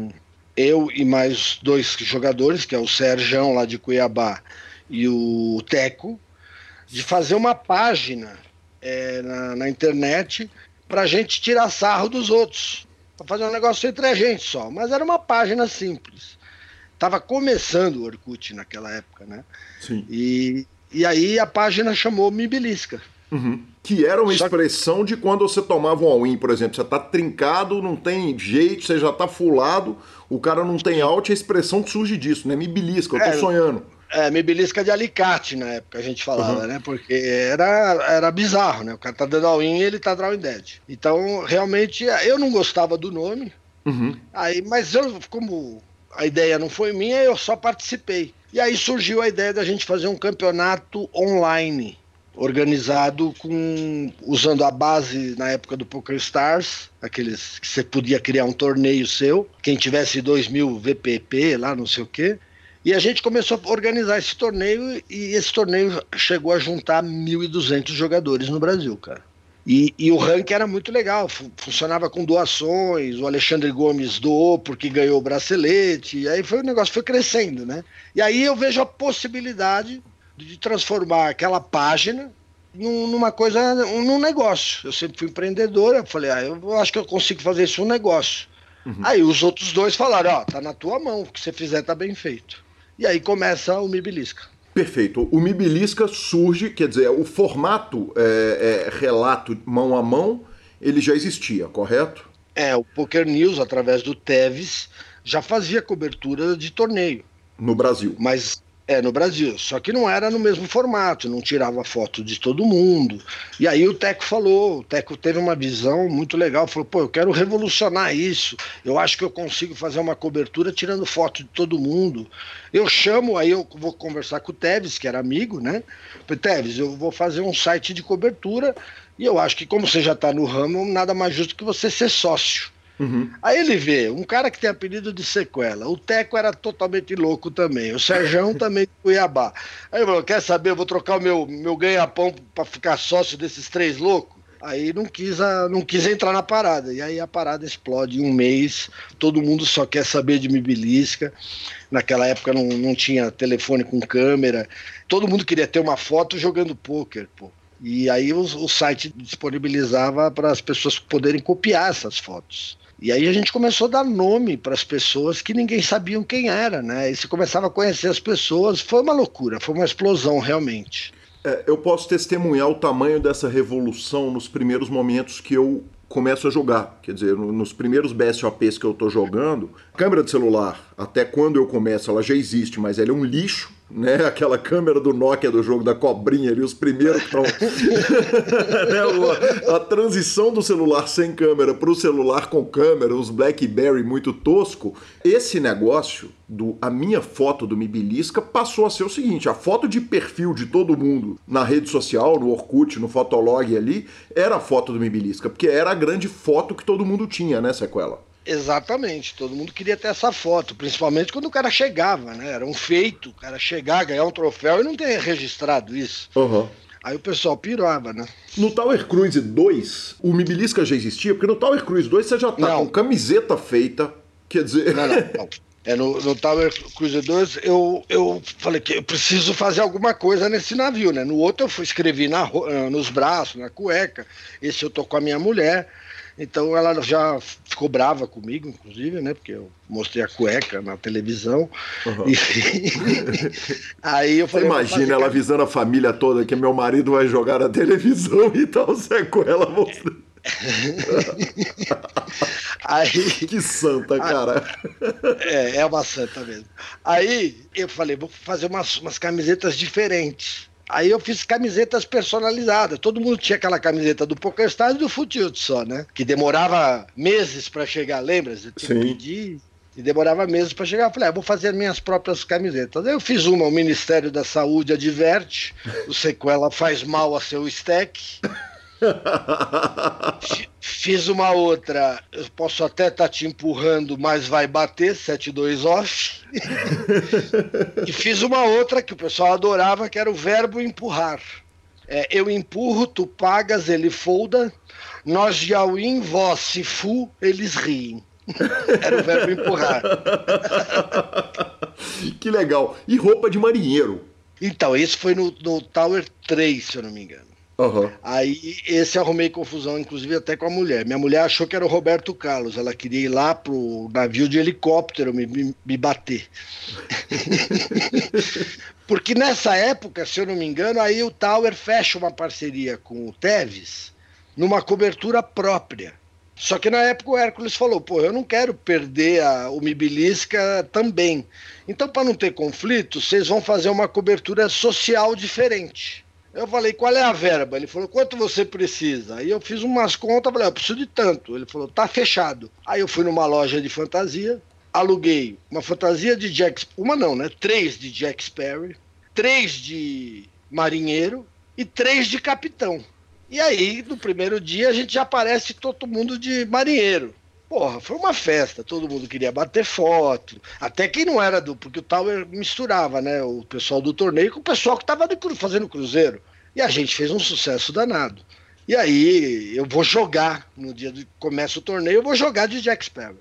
eu e mais 2 jogadores, que é o Serjão lá de Cuiabá e o Teco, de fazer uma página na internet pra gente tirar sarro dos outros. Pra fazer um negócio entre a gente só. Mas era uma página simples. Tava começando o Orkut naquela época, né? Sim. E aí a página chamou Me Belisca. Uhum. Que era uma expressão de quando você tomava um all-in, por exemplo. Você tá trincado, não tem jeito, você já tá fulado, o cara não tem out, a expressão que surge disso, né? Me belisca, eu tô sonhando. Me belisca de alicate na época, a gente falava, né? Porque era bizarro, né? O cara tá dando all-in e ele tá drawing dead. Então, realmente, eu não gostava do nome. Uhum. Mas como a ideia não foi minha, eu só participei. E aí surgiu a ideia da gente fazer um campeonato online, organizado usando a base na época do PokerStars, aqueles que você podia criar um torneio seu, quem tivesse 2.000 VPP lá, não sei o quê. E a gente começou a organizar esse torneio, e esse torneio chegou a juntar 1.200 jogadores no Brasil, cara. E o ranking era muito legal, funcionava com doações, o Alexandre Gomes doou porque ganhou o bracelete, e aí o negócio foi crescendo, né? E aí eu vejo a possibilidade de transformar aquela página numa coisa, num negócio. Eu sempre fui empreendedor, eu falei, eu acho que eu consigo fazer isso um negócio. Uhum. Aí os outros 2 falaram, tá na tua mão, o que você fizer tá bem feito. E aí começa o Me Belisca. Perfeito. O Me Belisca surge, quer dizer, o formato relato mão a mão, ele já existia, correto? O Poker News, através do Teves, já fazia cobertura de torneio. No Brasil. Mas no Brasil, só que não era no mesmo formato, não tirava foto de todo mundo. E aí o Teco teve uma visão muito legal, falou, eu quero revolucionar isso, eu acho que eu consigo fazer uma cobertura tirando foto de todo mundo. Aí eu vou conversar com o Teves, que era amigo, né? Falei, Teves, eu vou fazer um site de cobertura, e eu acho que como você já está no ramo, nada mais justo que você ser sócio. Uhum. Aí ele vê, um cara que tem apelido de Sequela, o Teco era totalmente louco também, o Serjão também de Cuiabá. Aí ele falou, quer saber, eu vou trocar o meu ganha-pão para ficar sócio desses 3 loucos? Aí não quis entrar na parada, e aí a parada explode em um mês, todo mundo só quer saber de Me Belisca. Naquela época não tinha telefone com câmera, todo mundo queria ter uma foto jogando pôquer, pô. E aí o site disponibilizava para as pessoas poderem copiar essas fotos. E aí a gente começou a dar nome para as pessoas que ninguém sabia quem era, né? E você começava a conhecer as pessoas, foi uma loucura, foi uma explosão realmente. Eu posso testemunhar o tamanho dessa revolução nos primeiros momentos que eu começo a jogar. Quer dizer, nos primeiros BSOPs que eu tô jogando, câmera de celular, até quando eu começo, ela já existe, mas ela é um lixo, né? Aquela câmera do Nokia do jogo da cobrinha ali, os primeiros que estão... a transição do celular sem câmera para o celular com câmera, os BlackBerry muito tosco, esse negócio, a minha foto do Me Belisca passou a ser o seguinte, a foto de perfil de todo mundo na rede social, no Orkut, no Fotolog ali, era a foto do Me Belisca, porque era a grande foto que todo mundo tinha, né, Sequela? Exatamente, todo mundo queria ter essa foto, principalmente quando o cara chegava, né? Era um feito, o cara chegar, ganhar um troféu e não ter registrado isso. Uhum. Aí o pessoal pirava, né? No Tower Cruise 2, o Me Belisca já existia, porque no Tower Cruise 2 você já tá com camiseta feita, quer dizer... Não. No Tower Cruiser 2, eu falei que eu preciso fazer alguma coisa nesse navio, né? No outro eu escrevi nos braços, na cueca. Esse eu tô com a minha mulher. Então ela já ficou brava comigo, inclusive, né? Porque eu mostrei a cueca na televisão. Uhum. Aí eu falei, você imagina ela avisando a família toda que meu marido vai jogar na televisão e tal, Zé com ela mostrando. Aí, que santa, cara. É uma santa mesmo. Aí eu falei, vou fazer umas camisetas diferentes. Aí eu fiz camisetas personalizadas. Todo mundo tinha aquela camiseta do PokerStars e do Futilt só, né? Que demorava meses para chegar, lembra? Você tinha que pedir e demorava meses para chegar. Eu falei, vou fazer minhas próprias camisetas. Aí eu fiz uma, o Ministério da Saúde adverte, o Sequela faz mal a seu stack. Fiz uma outra, eu posso até estar te empurrando, mas vai bater, 7-2 off. E fiz uma outra que o pessoal adorava, que era o verbo empurrar. Eu empurro, tu pagas, ele folda, nós de all-in, vós se fu, eles riem. Era o verbo empurrar. Que legal. E roupa de marinheiro? Então, isso foi no Tower 3, se eu não me engano. Uhum. Aí esse arrumei confusão, inclusive até com a mulher. Minha mulher achou que era o Roberto Carlos. Ela queria ir lá pro navio de helicóptero me bater. Porque nessa época, se eu não me engano, aí o Tower fecha uma parceria com o Tevez numa cobertura própria. Só que na época o Hércules falou, pô, eu não quero perder o Mibilisca também. Então, para não ter conflito, vocês vão fazer uma cobertura social diferente. Eu falei, qual é a verba? Ele falou, quanto você precisa? Aí eu fiz umas contas, falei, eu preciso de tanto. Ele falou, tá fechado. Aí eu fui numa loja de fantasia, aluguei uma fantasia de Jack... Uma não, né? 3 de Jack Sparrow, 3 de marinheiro e 3 de capitão. E aí, no primeiro dia, a gente já aparece todo mundo de marinheiro. Porra, foi uma festa, todo mundo queria bater foto, até quem não era porque o Tower misturava, né, o pessoal do torneio com o pessoal que estava fazendo cruzeiro, e a gente fez um sucesso danado. E aí, eu vou jogar, no dia que começa o torneio, eu vou jogar de Jack Sparrow.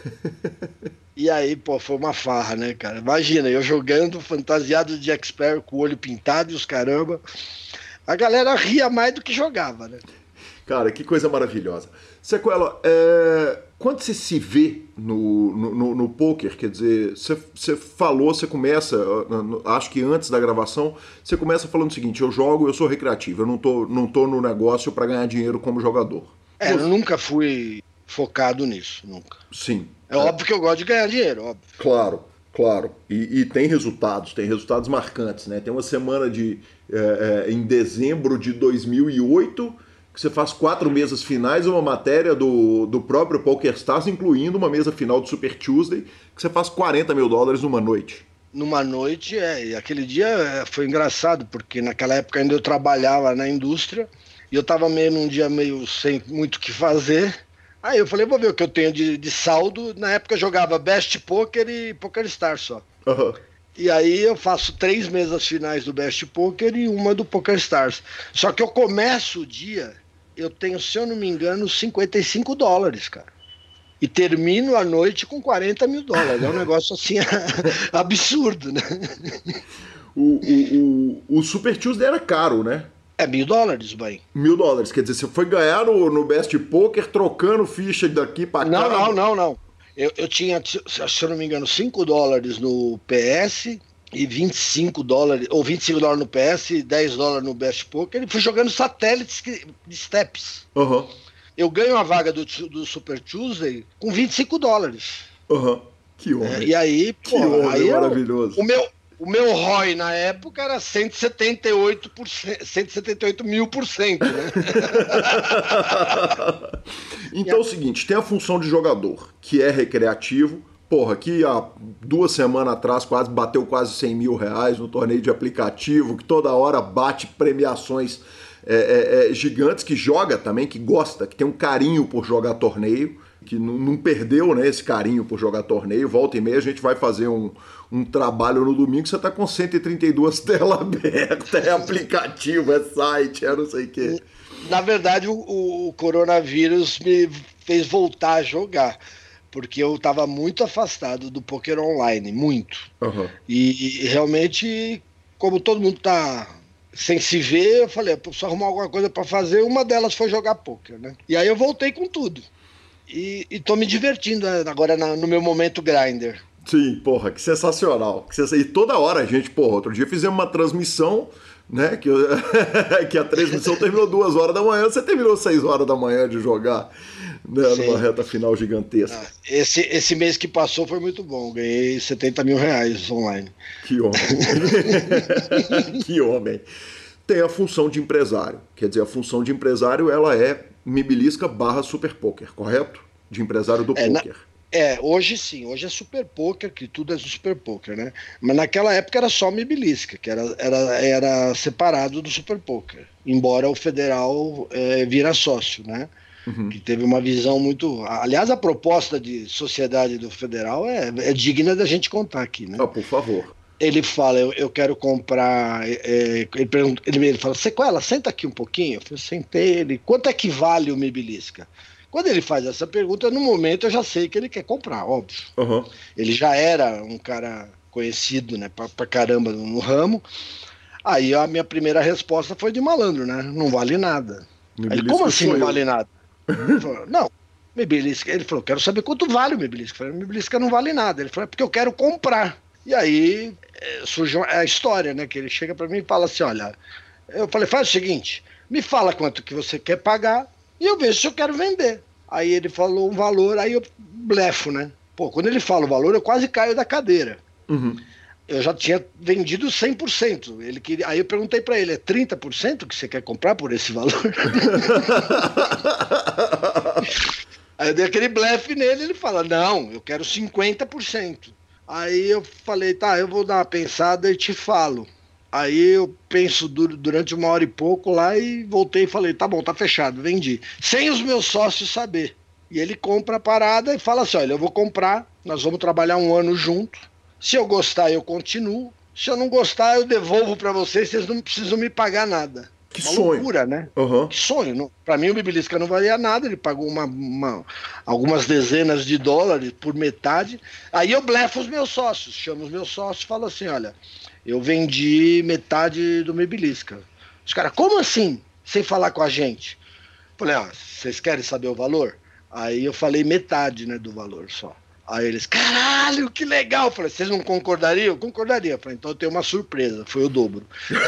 E aí, pô, foi uma farra, né, cara, imagina, eu jogando fantasiado de Jack Sparrow com o olho pintado e os caramba, a galera ria mais do que jogava, né. Cara, que coisa maravilhosa. Sequela, quando você se vê no poker, quer dizer, você falou, você começa, acho que antes da gravação, você começa falando o seguinte, eu jogo, eu sou recreativo, eu não tô no negócio para ganhar dinheiro como jogador. Eu nunca fui focado nisso, nunca. Sim. É óbvio que eu gosto de ganhar dinheiro, óbvio. Claro. E tem resultados marcantes, né? Tem uma semana em dezembro de 2008... que você faz 4 mesas finais, uma matéria do próprio PokerStars, incluindo uma mesa final do Super Tuesday, que você faz $40 mil numa noite. Numa noite, e aquele dia foi engraçado, porque naquela época ainda eu trabalhava na indústria, e eu tava num dia meio sem muito o que fazer, aí eu falei, vou ver o que eu tenho de saldo, na época eu jogava Best Poker e PokerStars só. Uhum. E aí eu faço 3 mesas finais do Best Poker e uma do PokerStars. Só que eu começo o dia, eu tenho, se eu não me engano, $55, cara. E termino a noite com $40 mil. É um negócio assim absurdo, né? O Super Tuesday era caro, né? É $1.000, bem. $1.000, quer dizer, você foi ganhar no Best Poker trocando ficha daqui pra cá? Não. Eu tinha, se eu não me engano, $5 no PS e $25, ou $25 no PS e $10 no Best Poker. E fui jogando satélites de steps. Uhum. Eu ganho a vaga do Super Tuesday com $25. Uhum. Que homem. E aí, pô, aí maravilhoso. O meu ROI na época era 178 mil%, né? Então é o seguinte, tem a função de jogador, que é recreativo. Porra, aqui há 2 semanas atrás bateu quase R$100 mil no torneio de aplicativo, que toda hora bate premiações gigantes, que joga também, que gosta, que tem um carinho por jogar torneio, que não perdeu, né, esse carinho por jogar torneio. Volta e meia a gente vai fazer um trabalho no domingo, você tá com 132 telas abertas, é aplicativo, é site, é não sei o quê. Na verdade, o coronavírus me fez voltar a jogar. porque eu estava muito afastado do poker online, muito. Uhum. E realmente, como todo mundo tá sem se ver, eu falei, preciso arrumar alguma coisa para fazer. Uma delas foi jogar poker, né? E aí eu voltei com tudo. E tô me divertindo agora no meu momento grinder. Sim, porra, que sensacional. E toda hora a gente, porra, outro dia fizemos uma transmissão, né, que a transmissão terminou 2 horas da manhã, você terminou 6 horas da manhã de jogar, né, numa reta final gigantesca. Esse mês que passou foi muito bom, ganhei R$70 mil online. Que homem. Que homem. Tem a função de empresário, quer dizer, a função de empresário, ela é Mibilisca / Super Poker, correto? De empresário do poker. Hoje sim, hoje é Super Poker, que tudo é Super Poker, né? Mas naquela época era só Mibilisca, que era separado do Super Poker, embora o Federal vira sócio, né? Uhum. Que teve uma visão muito... Aliás, a proposta de sociedade do Federal é digna da gente contar aqui, né? Por favor. Ele fala, eu quero comprar... Ele fala, Sequela, senta aqui um pouquinho. Eu sentei ele. Quanto é que vale o Mibilisca? Quando ele faz essa pergunta, no momento eu já sei que ele quer comprar, óbvio. Uhum. Ele já era um cara conhecido, né, pra caramba no ramo. Aí a minha primeira resposta foi de malandro, né? Não vale nada. Ele, como assim não vale nada? Ele falou, não, Mibilisca. Ele falou, quero saber quanto vale o Mibilisca. Eu falei, Mibilisca não vale nada. Ele falou, é porque eu quero comprar. E aí surgiu a história, né? Que ele chega pra mim e fala assim, olha, eu falei, faz o seguinte, me fala quanto que você quer pagar e eu vejo se eu quero vender. Aí ele falou um valor, aí eu blefo, né? Pô, quando ele fala o valor, eu quase caio da cadeira. Uhum. Eu já tinha vendido 100%. Aí eu perguntei pra ele, é 30% que você quer comprar por esse valor? Aí eu dei aquele blefe nele, ele fala, não, eu quero 50%. Aí eu falei, tá, eu vou dar uma pensada e te falo. Aí eu penso durante 1 hora e pouco lá e voltei e falei, tá bom, tá fechado, vendi. Sem os meus sócios saber. E ele compra a parada e fala assim, olha, eu vou comprar, nós vamos trabalhar 1 ano junto. Se eu gostar, eu continuo. Se eu não gostar, eu devolvo pra vocês não precisam me pagar nada. Que uma sonho. Loucura, né? Uhum. Que sonho. Pra mim o Mibilisca não valia nada, ele pagou algumas dezenas de dólares por metade. Aí eu blefo os meus sócios, chamo os meus sócios e falo assim, olha, eu vendi metade do Mibilisca. Os caras, como assim? Sem falar com a gente? Falei, vocês querem saber o valor? Aí eu falei metade, né, do valor só. Aí eles, caralho, que legal. Eu falei, vocês não concordariam? Eu concordaria. Eu falei, então eu tenho uma surpresa, foi o dobro.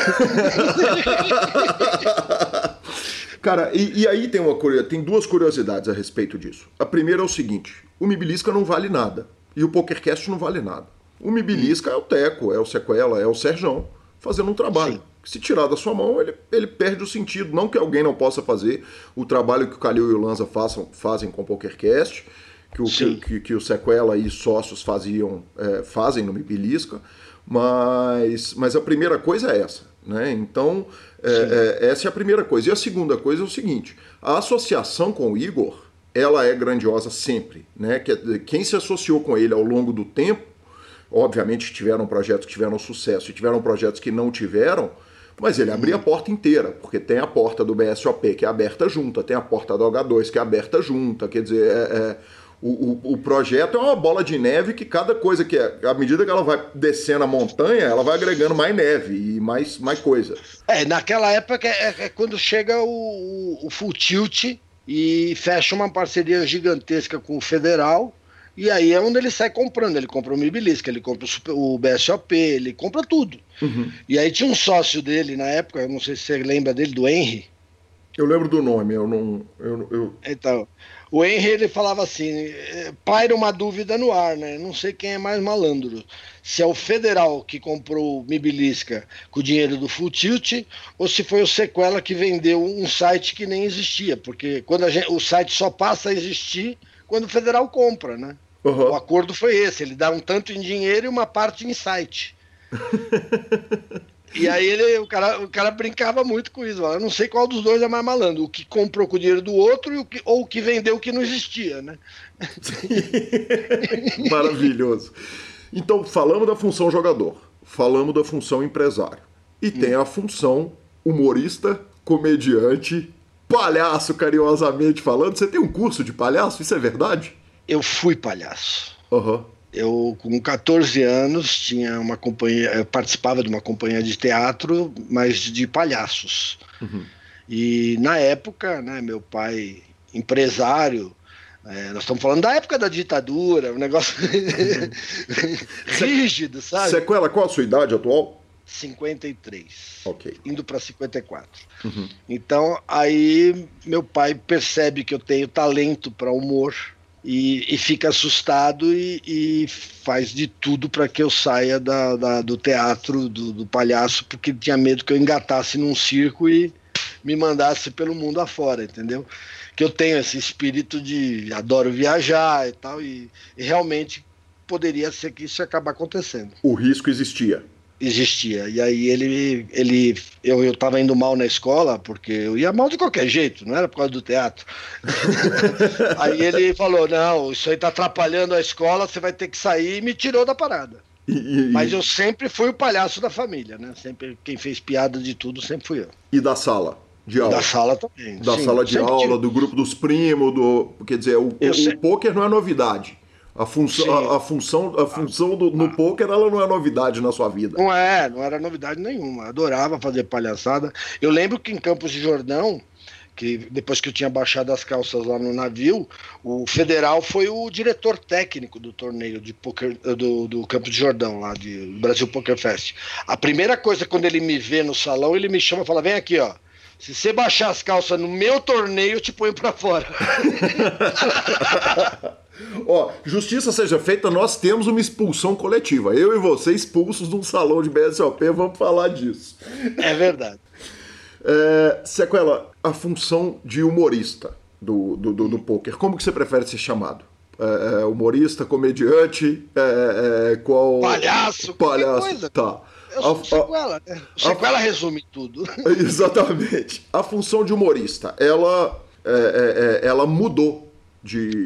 Cara, e aí tem 2 curiosidades a respeito disso. A primeira é o seguinte, o Mibilisca não vale nada, e o PokerCast não vale nada. O Mibilisca é o Teco, é o Sequela, é o Serjão, fazendo um trabalho. Sim. Se tirar da sua mão, ele perde o sentido. Não que alguém não possa fazer o trabalho que o Calil e o Lanza fazem com o PokerCast, que o Sequela e sócios fazem no Mibilisca, mas a primeira coisa é essa, né? Então, essa é a primeira coisa. E a segunda coisa é o seguinte, a associação com o Igor, ela é grandiosa sempre, né? Quem se associou com ele ao longo do tempo, obviamente tiveram projetos que tiveram sucesso e tiveram projetos que não tiveram, mas ele abria a porta inteira, porque tem a porta do BSOP que é aberta junta, tem a porta do H2 que é aberta junta, quer dizer, o projeto é uma bola de neve que cada coisa à medida que ela vai descendo a montanha, ela vai agregando mais neve e mais coisa. Naquela época é quando chega o Full Tilt e fecha uma parceria gigantesca com o Federal, e aí é onde ele sai comprando. Ele compra o Mibilisca, ele compra o BSOP, ele compra tudo. Uhum. E aí tinha um sócio dele na época, eu não sei se você lembra dele, do Henry. Eu lembro do nome, Então, o Henry, ele falava assim, paira uma dúvida no ar, né? Não sei quem é mais malandro. Se é o Federal que comprou o Mibilisca com o dinheiro do Full Tilt, ou se foi o Sequela que vendeu um site que nem existia. Porque quando o site só passa a existir quando o Federal compra, né? Uhum. O acordo foi esse, ele dá um tanto em dinheiro e uma parte em site. E aí o cara brincava muito com isso. Eu não sei qual dos dois é mais malandro, o que comprou com o dinheiro do outro ou o que vendeu o que não existia, né? Maravilhoso. Então, falamos da função jogador, falamos da função empresário. E tem a função humorista, comediante, palhaço, carinhosamente falando. Você tem um curso de palhaço? Isso é verdade? Eu fui palhaço. Uhum. Eu, com 14 anos, tinha uma companhia, eu participava de uma companhia de teatro, mas de palhaços. Uhum. E na época, né, meu pai, empresário, nós estamos falando da época da ditadura, um negócio rígido, sabe? Sequela, qual a sua idade atual? 53, Ok. indo para 54. Uhum. Então, aí meu pai percebe que eu tenho talento para humor e fica assustado e faz de tudo para que eu saia do teatro, do palhaço, porque ele tinha medo que eu engatasse num circo e me mandasse pelo mundo afora, entendeu? Que eu tenho esse espírito de adoro viajar e tal, e realmente poderia ser que isso ia acabar acontecendo. O risco existia. Existia. E aí eu estava indo mal na escola, porque eu ia mal de qualquer jeito, não era por causa do teatro. Aí ele falou, não, isso aí tá atrapalhando a escola, você vai ter que sair, e me tirou da parada. Mas eu sempre fui o palhaço da família, né? Sempre quem fez piada de tudo sempre fui eu. E da sala de aula? Da sala também. Da sala de aula, do grupo dos primos, quer dizer, o pôquer não é novidade. A função no pôquer, ela não é novidade na sua vida. Não era novidade nenhuma. Adorava fazer palhaçada. Eu lembro que em Campos de Jordão, que depois que eu tinha baixado as calças lá no navio, o Federal foi o diretor técnico do torneio de pôquer do Campos de Jordão, lá do Brasil Poker Fest. A primeira coisa, quando ele me vê no salão, ele me chama e fala, vem aqui, ó. Se você baixar as calças no meu torneio, eu te ponho pra fora. Ó, justiça seja feita, nós temos uma expulsão coletiva. Eu e você expulsos de um salão de BSOP, vamos falar disso. É verdade. Sequela, a função de humorista do pôquer, como que você prefere ser chamado? Humorista, comediante, qual... Palhaço, qualquer coisa. Tá. Eu sou Sequela, né? O Sequela resume tudo. Exatamente. A função de humorista, ela mudou de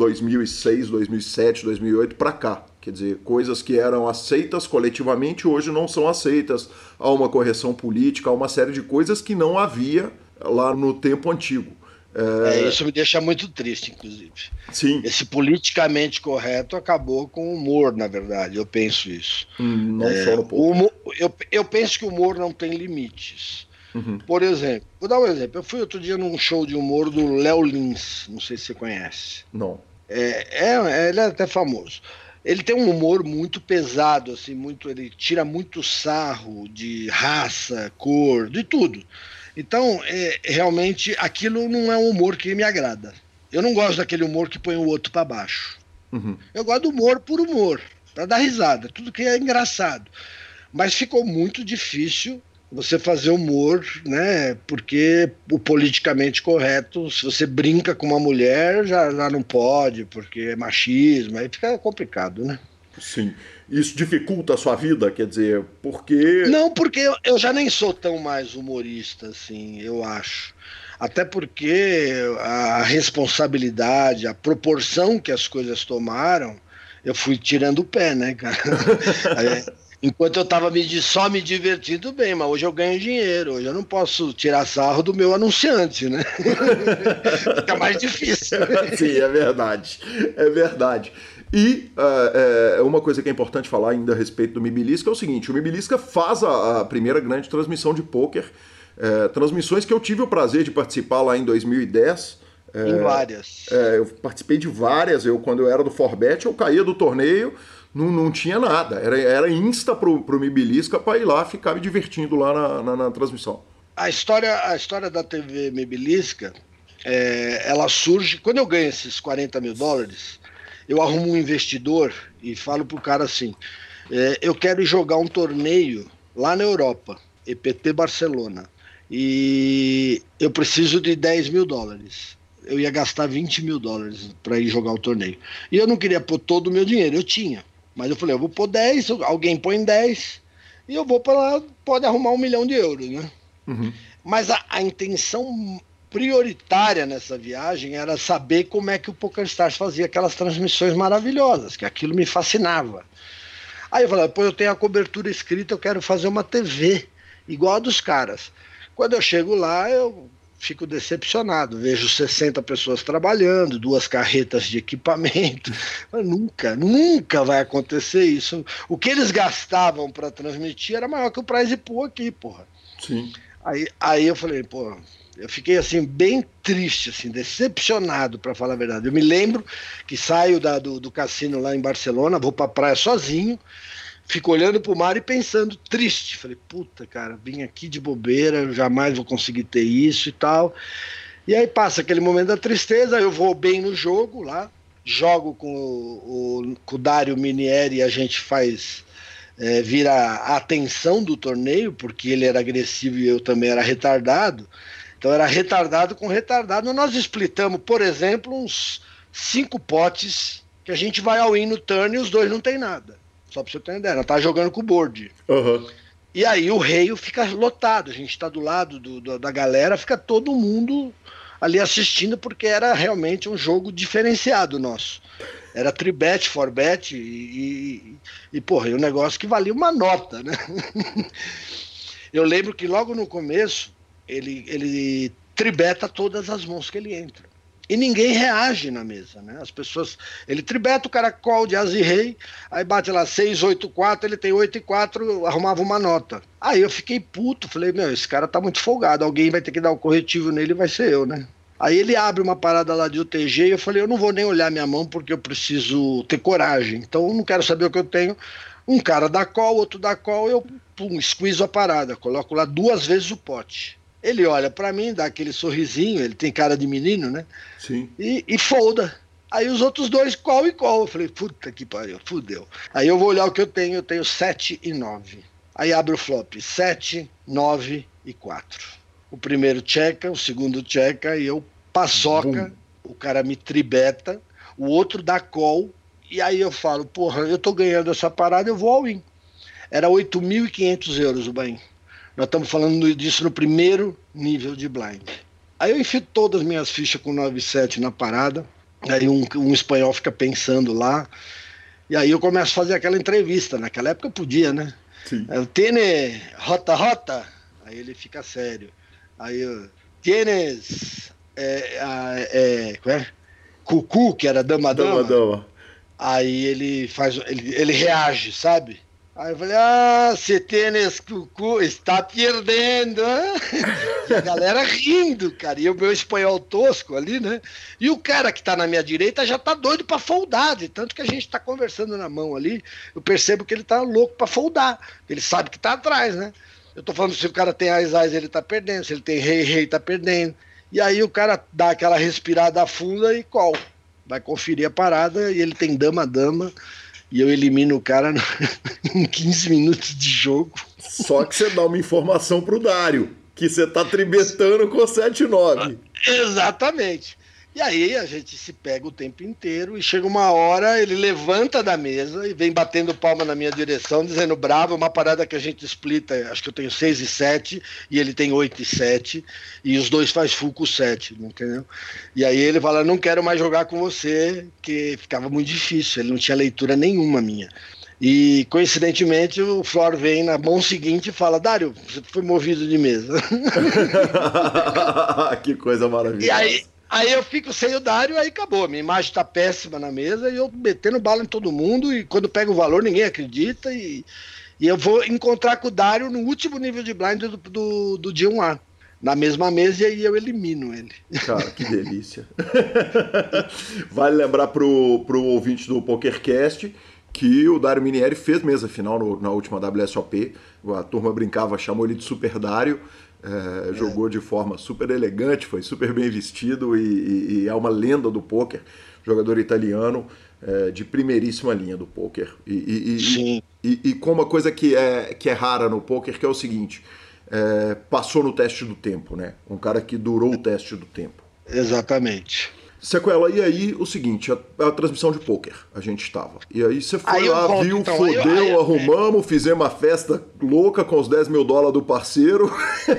2006, 2007, 2008 para cá. Quer dizer, coisas que eram aceitas coletivamente hoje não são aceitas. Há uma correção política, há uma série de coisas que não havia lá no tempo antigo. Isso me deixa muito triste, inclusive. Sim. Esse politicamente correto acabou com o humor, na verdade. Eu penso isso. Não só no pouco. Eu penso que o humor não tem limites. Uhum. Por exemplo, vou dar um exemplo. Eu fui outro dia num show de humor do Léo Lins. Não sei se você conhece. Não. Ele é até famoso. Ele tem um humor muito pesado, assim, ele tira muito sarro de raça, cor, de tudo. Então, realmente, aquilo não é um humor que me agrada. Eu não gosto daquele humor que põe o outro para baixo. Uhum. Eu gosto do humor por humor, para dar risada, tudo que é engraçado. Mas ficou muito difícil você fazer humor, né? Porque o politicamente correto, se você brinca com uma mulher, já não pode, porque é machismo, aí fica complicado, né? Sim. Isso dificulta a sua vida, quer dizer, porque... Não, porque eu já nem sou tão mais humorista, assim, eu acho. Até porque a responsabilidade, a proporção que as coisas tomaram, eu fui tirando o pé, né, cara? Enquanto eu estava só me divertindo bem, mas hoje eu ganho dinheiro, hoje eu não posso tirar sarro do meu anunciante, né? Fica mais difícil. Sim, é verdade. É verdade. E uma coisa que é importante falar ainda a respeito do Mibilisca é o seguinte, o Mibilisca faz a primeira grande transmissão de pôquer, transmissões que eu tive o prazer de participar lá em 2010. Em várias. Eu participei de várias, quando eu era do Forbet, eu caía do torneio, não tinha nada, era insta pro Mibilisca para ir lá ficar me divertindo lá na transmissão. A história da TV Mibilisca, ela surge, quando eu ganho esses $40 mil, eu arrumo um investidor e falo pro cara assim, eu quero jogar um torneio lá na Europa, EPT Barcelona, e eu preciso de $10 mil. Eu ia gastar $20 mil para ir jogar o torneio. E eu não queria pôr todo o meu dinheiro, eu tinha. Mas eu falei, eu vou pôr 10, alguém põe 10, e eu vou para lá, pode arrumar €1 milhão, né? Uhum. Mas a intenção prioritária nessa viagem era saber como é que o PokerStars fazia aquelas transmissões maravilhosas, que aquilo me fascinava. Aí eu falei, eu tenho a cobertura escrita, eu quero fazer uma TV igual a dos caras. Quando eu chego lá, eu fico decepcionado. Vejo 60 pessoas trabalhando, 2 carretas de equipamento. Mas nunca vai acontecer isso. O que eles gastavam para transmitir era maior que o prize pool aqui, porra. Sim. Aí eu falei, pô, eu fiquei assim bem triste, assim, decepcionado, para falar a verdade. Eu me lembro que saio do cassino lá em Barcelona, vou para a praia sozinho, fico olhando pro mar e pensando, triste. Falei, puta, cara, vim aqui de bobeira, eu jamais vou conseguir ter isso e tal. E aí passa aquele momento da tristeza, eu vou bem no jogo lá, jogo com o Dário Minieri e a gente faz... vira a atenção do torneio, porque ele era agressivo e eu também era retardado. Então era retardado com retardado. Nós splitamos, por exemplo, uns 5 potes que a gente vai all-in no turn e os dois não tem nada. Só pra você ter uma ideia, nós tá jogando com o board. Uhum. E aí o reio fica lotado, a gente tá do lado da galera, fica todo mundo ali assistindo, porque era realmente um jogo diferenciado nosso. Era 3-bet, 4-bet e porra, um negócio que valia uma nota, né? Eu lembro que logo no começo ele tribeta todas as mãos que ele entra. E ninguém reage na mesa, né? As pessoas... Ele tribeta o cara call de as e rei, aí bate lá 6, 8, 4, ele tem 8 e 4, arrumava uma nota. Aí eu fiquei puto, falei, meu, esse cara tá muito folgado, alguém vai ter que dar o corretivo nele e vai ser eu, né? Aí ele abre uma parada lá de UTG e eu falei, eu não vou nem olhar minha mão porque eu preciso ter coragem. Então eu não quero saber o que eu tenho. Um cara dá call, outro dá call, eu squeeze a parada, coloco lá 2 vezes o pote. Ele olha pra mim, dá aquele sorrisinho, ele tem cara de menino, né? Sim. E folda. Aí os outros 2 call e call. Eu falei, puta que pariu, fudeu. Aí eu vou olhar o que eu tenho 7 e 9. Aí abre o flop, 7, 9 e 4. O primeiro checa, o segundo checa e eu paçoca, o cara me tribeta, o outro dá call, e aí eu falo, porra, eu tô ganhando essa parada, eu vou all in. Era 8.500 euros o buy-in. Nós estamos falando disso no primeiro nível de blind. Aí eu enfio todas as minhas fichas com 9-7 na parada, aí um espanhol fica pensando lá, e aí eu começo a fazer aquela entrevista, naquela época eu podia, né? Sim. Tiene rota? Aí ele fica sério. Aí eu, tienes cucu, que era dama. Aí ele reage, sabe? Aí eu falei, se tienes cucu, está perdendo. E a galera rindo, cara. E o meu espanhol tosco ali, né? E o cara que tá na minha direita já tá doido pra foldar. De tanto que a gente tá conversando na mão ali, eu percebo que ele tá louco pra foldar. Ele sabe que tá atrás, né? Eu tô falando, se o cara tem as, ele tá perdendo. Se ele tem rei, tá perdendo. E aí o cara dá aquela respirada funda e call. Vai conferir a parada e ele tem dama. E eu elimino o cara em 15 minutos de jogo. Só que você dá uma informação pro Dário, que você tá tribetando com 7-9. Exatamente. E aí a gente se pega o tempo inteiro e chega uma hora, ele levanta da mesa e vem batendo palma na minha direção, dizendo bravo, uma parada que a gente splita, acho que eu tenho 6 e 7 e ele tem 8 e 7 e os dois faz full com 7, entendeu? E aí ele fala, não quero mais jogar com você, que ficava muito difícil, ele não tinha leitura nenhuma minha. E, coincidentemente, o Flor vem na mão seguinte e fala, Dário, você foi movido de mesa. Que coisa maravilhosa. Aí eu fico sem o Dário, aí acabou. Minha imagem tá péssima na mesa e eu metendo bala em todo mundo. E quando pego o valor, ninguém acredita. E eu vou encontrar com o Dário no último nível de blind do dia 1A. Na mesma mesa, e aí eu elimino ele. Cara, que delícia. Vale lembrar pro ouvinte do PokerCast que o Dário Minieri fez mesa final na última WSOP. A turma brincava, chamou ele de Super Dário. Jogou de forma super elegante, foi super bem vestido e é uma lenda do pôquer, jogador italiano de primeiríssima linha do pôquer. Sim. E com uma coisa que é rara no pôquer, que é o seguinte, passou no teste do tempo, né? Um cara que durou o teste do tempo. Exatamente. Sequela, e aí o seguinte, a transmissão de pôquer, a gente estava. E aí você foi lá, viu, então, fodeu, arrumamos, fizemos uma festa louca com os 10 mil dólares do parceiro.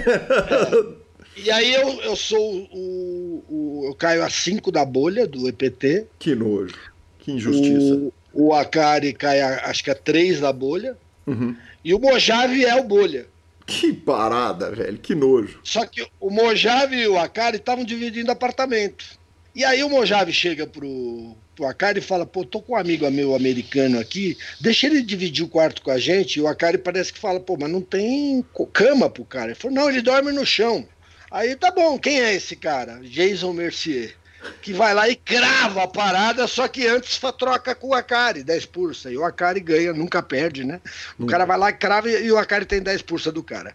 E aí eu sou eu caio a 5 da bolha do EPT. Que nojo, que injustiça. O Akari cai acho que a 3 da bolha. Uhum. E o Mojave é o bolha. Que parada, velho, que nojo. Só que o Mojave e o Akari estavam dividindo apartamento. E aí o Mojave chega pro Akari e fala, pô, tô com um amigo meu americano aqui, deixa ele dividir o quarto com a gente. E o Akari parece que fala, pô, mas não tem cama pro cara. Ele falou, não, ele dorme no chão. Aí tá bom, quem é esse cara? Jason Mercier. Que vai lá e crava a parada, só que antes troca com o Akari, 10%. E o Akari ganha, nunca perde, né? O cara vai lá e crava e o Akari tem 10% do cara.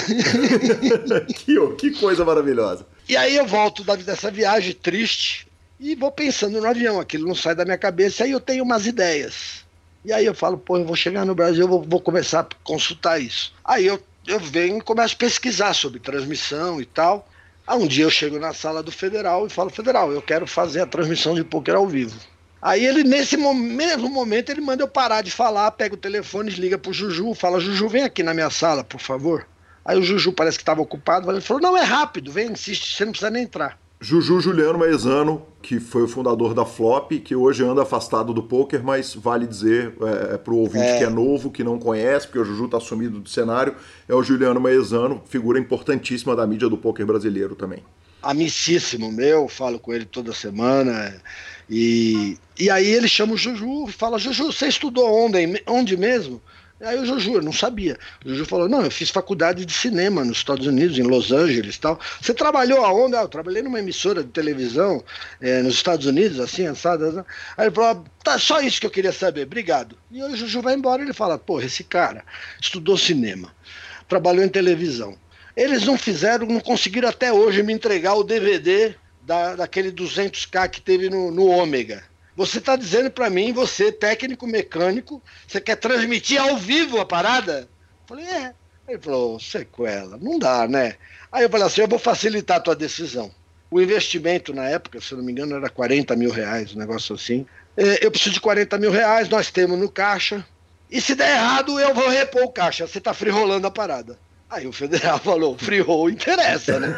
Que coisa maravilhosa. E aí eu volto dessa viagem triste e vou pensando no avião, aquilo não sai da minha cabeça, aí eu tenho umas ideias. E aí eu falo, pô, eu vou chegar no Brasil, eu vou começar a consultar isso. Aí eu venho e começo a pesquisar sobre transmissão e tal. Aí um dia eu chego na sala do Federal e falo, Federal, eu quero fazer a transmissão de pôquer ao vivo. Aí ele, nesse mesmo momento, ele manda eu parar de falar, pega o telefone, liga pro Juju, fala, Juju, vem aqui na minha sala, por favor. Aí o Juju parece que estava ocupado, mas ele falou, não, é rápido, vem, insiste, você não precisa nem entrar. Juju Juliano Maezano, que foi o fundador da Flop, que hoje anda afastado do pôquer, mas vale dizer para o ouvinte que é novo, que não conhece, porque o Juju está sumido do cenário, é o Juliano Maezano, figura importantíssima da mídia do pôquer brasileiro também. Amicíssimo meu, falo com ele toda semana, e aí ele chama o Juju e fala, Juju, você estudou onde mesmo? Aí o Juju, eu não sabia. O Juju falou, não, eu fiz faculdade de cinema nos Estados Unidos, em Los Angeles e tal. Você trabalhou aonde? Eu trabalhei numa emissora de televisão nos Estados Unidos, assim, assado. Aí ele falou, tá, só isso que eu queria saber, obrigado. E aí o Juju vai embora e ele fala, pô, esse cara estudou cinema, trabalhou em televisão. Eles não conseguiram até hoje me entregar o DVD daquele 200K que teve no Ômega. Você está dizendo para mim, você, técnico mecânico, você quer transmitir ao vivo a parada? Eu falei, é. Ele falou, sequela, não dá, né? Aí eu falei assim, eu vou facilitar a tua decisão. O investimento na época, se eu não me engano, era 40 mil reais, um negócio assim. Eu preciso de 40 mil reais, nós temos no caixa. E se der errado, eu vou repor o caixa. Você está free-rolando a parada. Aí o Federal falou, free-roll interessa, né?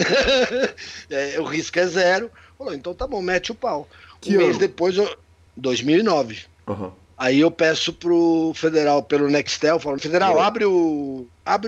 O risco é zero. Falou, então tá bom, mete o pau. Um mês depois, 2009. Uhum. Aí eu peço pro Federal, pelo Nextel, falando, Federal, abre o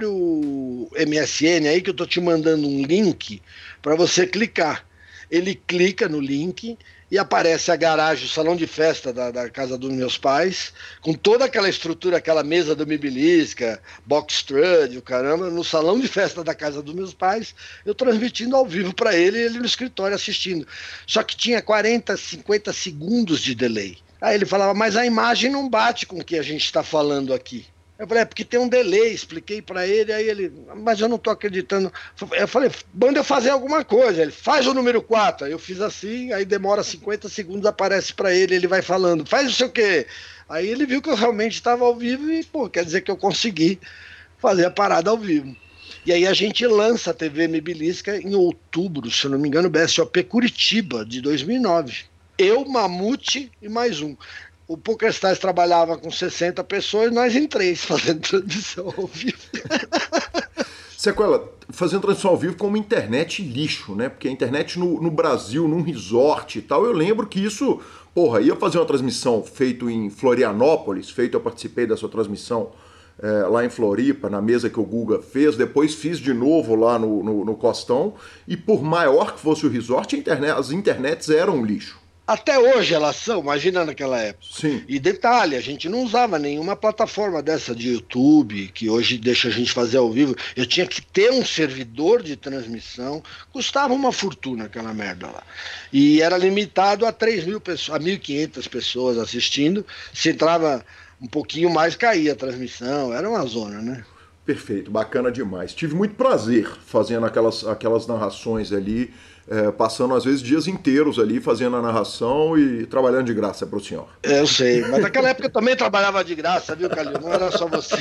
MSN aí que eu tô te mandando um link para você clicar. Ele clica no link e aparece a garagem, o salão de festa da casa dos meus pais, com toda aquela estrutura, aquela mesa do Mibilisca, box strud, o caramba, no salão de festa da casa dos meus pais, eu transmitindo ao vivo para ele e ele no escritório assistindo. Só que tinha 40, 50 segundos de delay. Aí ele falava, mas a imagem não bate com o que a gente está falando aqui. Eu falei, porque tem um delay, expliquei para ele, aí ele, mas eu não tô acreditando. Eu falei, manda eu fazer alguma coisa. Ele, faz o número 4. Aí eu fiz assim, aí demora 50 segundos, aparece para ele, ele vai falando, faz não sei o quê. Aí ele viu que eu realmente estava ao vivo e, pô, quer dizer que eu consegui fazer a parada ao vivo. E aí a gente lança a TV Mibilisca em outubro, se eu não me engano, BSOP Curitiba, de 2009. Eu, Mamute e mais um. O PokerStars trabalhava com 60 pessoas, nós em 3 fazendo transmissão ao vivo. Sequela, fazendo transmissão ao vivo com uma internet lixo, né? Porque a internet no Brasil, num resort e tal, eu lembro que isso, porra, ia fazer uma transmissão feita em Florianópolis, eu participei dessa transmissão lá em Floripa, na mesa que o Guga fez, depois fiz de novo lá no Costão, e por maior que fosse o resort, as internets eram um lixo. Até hoje elas são, imagina naquela época. Sim. E detalhe, a gente não usava nenhuma plataforma dessa de YouTube, que hoje deixa a gente fazer ao vivo. Eu tinha que ter um servidor de transmissão, custava uma fortuna aquela merda lá. E era limitado a 3.000 pessoas, a 1.500 pessoas assistindo. Se entrava um pouquinho mais, caía a transmissão, era uma zona, né? Perfeito, bacana demais. Tive muito prazer fazendo aquelas narrações ali, passando às vezes dias inteiros ali fazendo a narração e trabalhando de graça para o senhor. Eu sei, mas naquela época eu também trabalhava de graça, viu, Calil? Não era só você.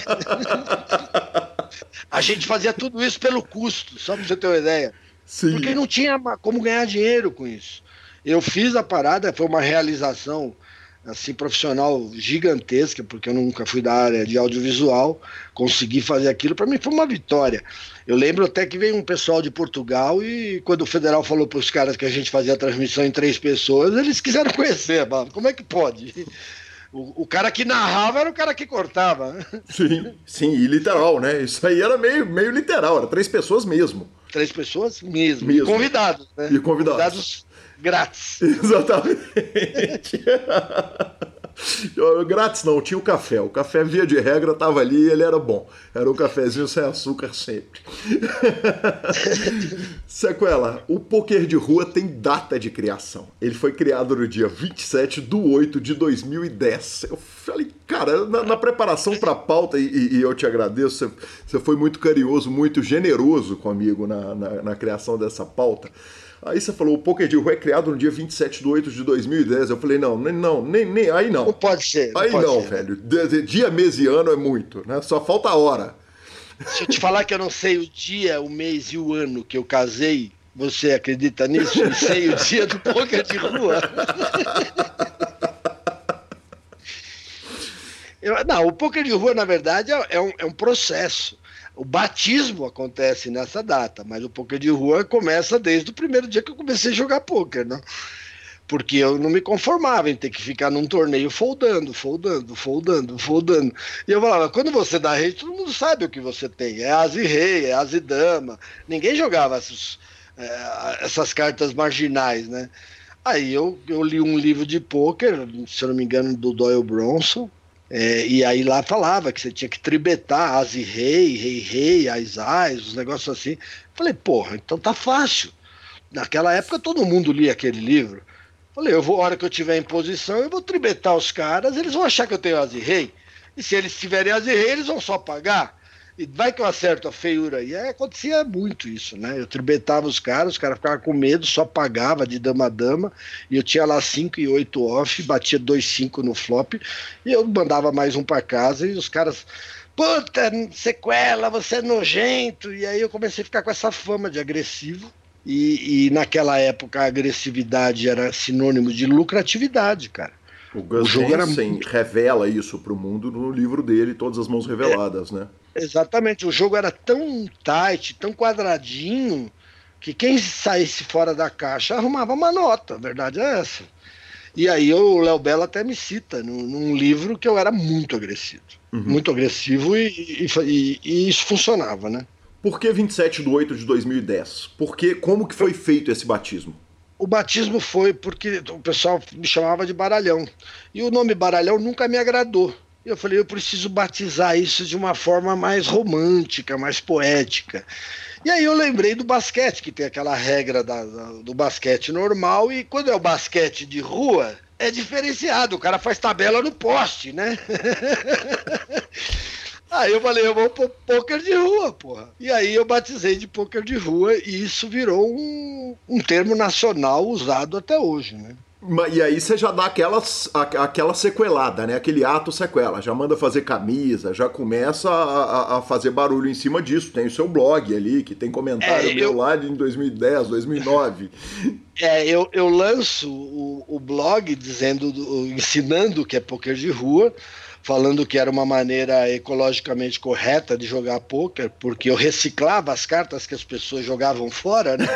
A gente fazia tudo isso pelo custo, só para você ter uma ideia. Sim. Porque não tinha como ganhar dinheiro com isso. Eu fiz a parada, foi uma realização assim, profissional gigantesca, porque eu nunca fui da área de audiovisual, consegui fazer aquilo, para mim foi uma vitória. Eu lembro até que veio um pessoal de Portugal e quando o Federal falou para os caras que a gente fazia a transmissão em 3 pessoas, eles quiseram conhecer, como é que pode? O cara que narrava era o cara que cortava. Sim, e literal, né? Isso aí era meio literal, era 3 pessoas mesmo. 3 pessoas mesmo. E convidados, né? E convidados. Convidados grátis. Exatamente. Grátis não, tinha o café. O café, via de regra, tava ali e ele era bom. Era um cafezinho sem açúcar sempre. Sequela, o poker de rua tem data de criação. Ele foi criado no dia 27/8/2010. Eu falei, cara, na preparação para a pauta, e eu te agradeço, você foi muito carinhoso, muito generoso comigo na criação dessa pauta. Aí você falou, o poker de rua é criado no dia 27/8/2010. Eu falei, não, nem aí não. Não pode ser. Aí não, velho. Dia, mês e ano é muito, né? Só falta a hora. Se eu te falar que eu não sei o dia, o mês e o ano que eu casei, você acredita nisso? Eu sei o dia do poker de rua. Não, o poker de rua, na verdade, é um processo. O batismo acontece nessa data, mas o poker de rua começa desde o primeiro dia que eu comecei a jogar poker, né? Porque eu não me conformava em ter que ficar num torneio foldando. E eu falava, quando você dá rei, todo mundo sabe o que você tem. É as e rei, é as e dama. Ninguém jogava essas cartas marginais, né? Aí eu li um livro de poker, se eu não me engano, do Doyle Bronson. E aí lá falava que você tinha que tribetar as e rei, ais, os negócios assim. Falei, porra, então tá fácil. Naquela época todo mundo lia aquele livro. Falei, a hora que eu tiver em posição, eu vou tribetar os caras, eles vão achar que eu tenho as e rei. E se eles tiverem as e rei, eles vão só pagar. E vai que eu acerto a feiura. E aí acontecia muito isso, né? Eu tribetava os caras ficavam com medo, só pagava de dama a dama, e eu tinha lá 5 e 8 off, batia 2-5 no flop, e eu mandava mais um pra casa, e os caras, puta, sequela, você é nojento. E aí eu comecei a ficar com essa fama de agressivo, e naquela época a agressividade era sinônimo de lucratividade, cara. O Gus Jensen revela isso pro mundo no livro dele, Todas as Mãos Reveladas, né? Exatamente, o jogo era tão tight, tão quadradinho, que quem saísse fora da caixa arrumava uma nota, a verdade é essa. E aí o Léo Bela até me cita num livro que eu era muito agressivo. Muito agressivo e isso funcionava, né? Por que 27/8/2010? Como que foi feito esse batismo? O batismo foi porque o pessoal me chamava de Baralhão. E o nome Baralhão nunca me agradou. Eu falei, eu preciso batizar isso de uma forma mais romântica, mais poética. E aí eu lembrei do basquete, que tem aquela regra do basquete normal, e quando é o basquete de rua, é diferenciado, o cara faz tabela no poste, né? Aí eu falei, eu vou pro poker de rua, porra. E aí eu batizei de poker de rua, e isso virou um termo nacional usado até hoje, né? E aí você já dá aquela sequelada, né? Aquele ato sequela. Já manda fazer camisa, já começa a fazer barulho em cima disso. Tem o seu blog ali, que tem comentário meu lá em 2010, 2009. Eu lanço o blog ensinando o que é poker de rua, falando que era uma maneira ecologicamente correta de jogar pôquer, porque eu reciclava as cartas que as pessoas jogavam fora, né?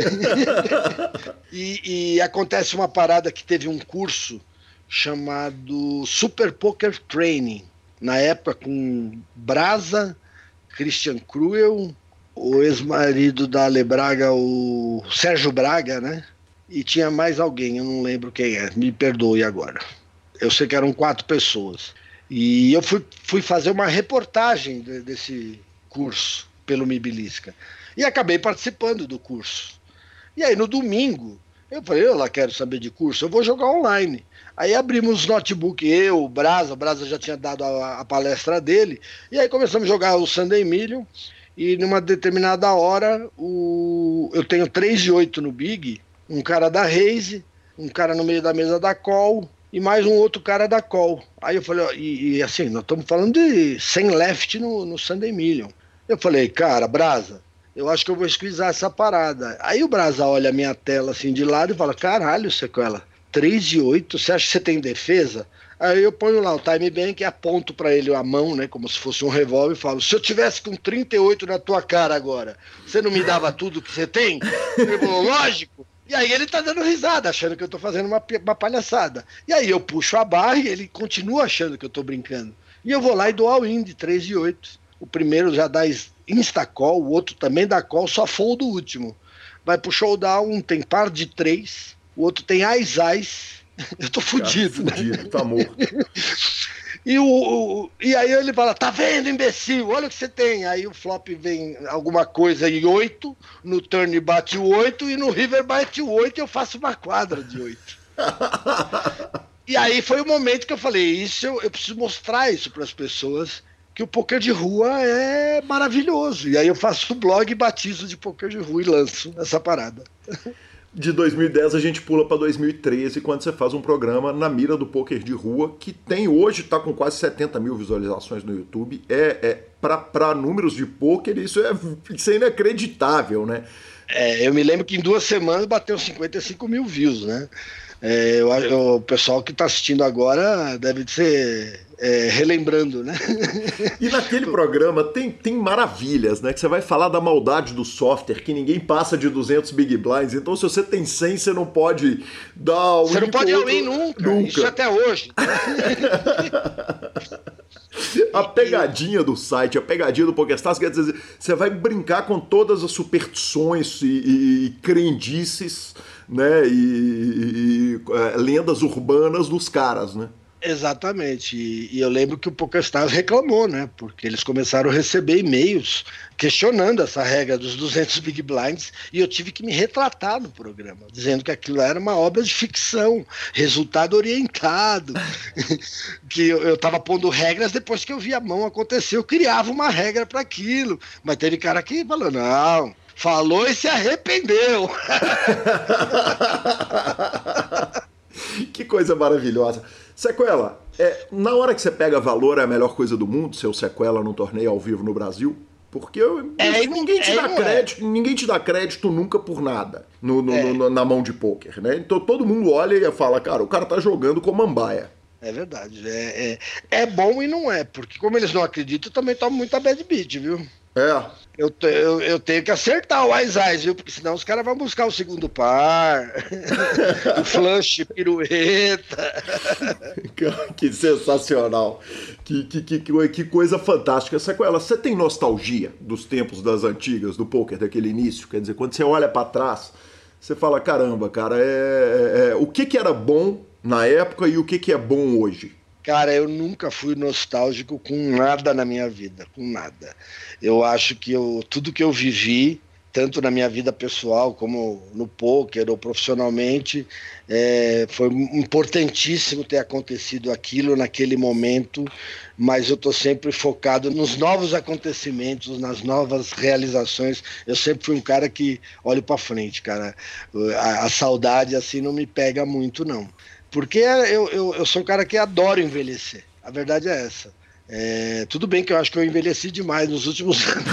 e acontece uma parada que teve um curso chamado Super Poker Training, na época com Brasa, Christian Cruel, o ex-marido da Ale Braga, o Sérgio Braga, né? E tinha mais alguém, eu não lembro quem é, me perdoe agora. Eu sei que eram 4 pessoas. E eu fui fazer uma reportagem desse curso pelo Mibilisca. E acabei participando do curso. E aí no domingo, eu falei, eu lá quero saber de curso, eu vou jogar online. Aí abrimos o notebook, o Brasa já tinha dado a palestra dele, e aí começamos a jogar o Sunday Million, e numa determinada hora, eu tenho 3 e 8 no Big, um cara da Raise, um cara no meio da mesa da Call, e mais um outro cara da Call. Aí eu falei, e assim, nós estamos falando de 100 left no Sunday Million. Eu falei, cara, Brasa, eu acho que eu vou squeezar essa parada. Aí o Brasa olha a minha tela assim de lado e fala, caralho, Sequela, 3 e 8, você acha que você tem defesa? Aí eu ponho lá o time bank e aponto pra ele a mão, né, como se fosse um revólver, e falo, se eu tivesse com 38 na tua cara agora, você não me dava tudo que você tem? Ele falou, lógico. E aí ele tá dando risada, achando que eu tô fazendo uma palhaçada. E aí eu puxo a barra e ele continua achando que eu tô brincando. E eu vou lá e dou all-in de 3 de 8. O primeiro já dá insta-call, o outro também dá call, só fold o último. Vai pro showdown, um tem par de 3, o outro tem ais. Eu tô fudido, né? Fudido, tá morto. E aí ele fala, tá vendo, imbecil? Olha o que você tem. Aí o flop vem alguma coisa em 8, no turn bate o 8 e no river bate o 8 e eu faço uma quadra de 8. E aí foi o momento que eu falei, eu preciso mostrar isso para as pessoas, que o poker de rua é maravilhoso. E aí eu faço o blog, batizo de poker de rua e lanço essa parada. De 2010 a gente pula para 2013, quando você faz um programa na mira do poker de rua, que tem hoje, tá com quase 70 mil visualizações no YouTube. Para números de poker, isso é inacreditável, né? Eu me lembro que em 2 semanas bateu 55 mil views, né? O pessoal que está assistindo agora deve ser relembrando, né? E naquele programa tem maravilhas, né? Que você vai falar da maldade do software, que ninguém passa de 200 big blinds. Então, se você tem 100, você não pode dar... Você não pode all-in nunca. Isso até hoje. A pegadinha do site, a pegadinha do PokerStars, quer dizer, você vai brincar com todas as superstições e crendices, né? E lendas urbanas dos caras, né? Exatamente, e eu lembro que o PokerStars reclamou, né, porque eles começaram a receber e-mails questionando essa regra dos 200 Big Blinds, e eu tive que me retratar no programa, dizendo que aquilo era uma obra de ficção, resultado orientado, que eu estava pondo regras depois que eu vi a mão acontecer, eu criava uma regra para aquilo, mas teve cara que falou, não, falou e se arrependeu. Que coisa maravilhosa. Sequela, na hora que você pega valor é a melhor coisa do mundo, seu Sequela num torneio ao vivo no Brasil? Porque ninguém te dá crédito nunca por nada na mão de pôquer, né? Então todo mundo olha e fala, cara, o cara tá jogando com mambaia. É verdade. É bom e não é, porque como eles não acreditam, eu também tomo muita bad beat, viu? Eu tenho que acertar o Ais, viu? Porque senão os caras vão buscar o segundo par, o flush, pirueta. Que sensacional. Que coisa fantástica. Sequela, você tem nostalgia dos tempos das antigas, do poker, daquele início? Quer dizer, quando você olha para trás, você fala, caramba, cara, o que era bom na época e o que é bom hoje? Cara, eu nunca fui nostálgico com nada na minha vida, com nada. Eu acho que tudo que eu vivi, tanto na minha vida pessoal como no poker ou profissionalmente, foi importantíssimo ter acontecido aquilo naquele momento, mas eu estou sempre focado nos novos acontecimentos, nas novas realizações. Eu sempre fui um cara que olho para frente, cara. A saudade assim não me pega muito, não. Porque eu sou um cara que adoro envelhecer. A verdade é essa. Tudo bem que eu acho que eu envelheci demais nos últimos anos.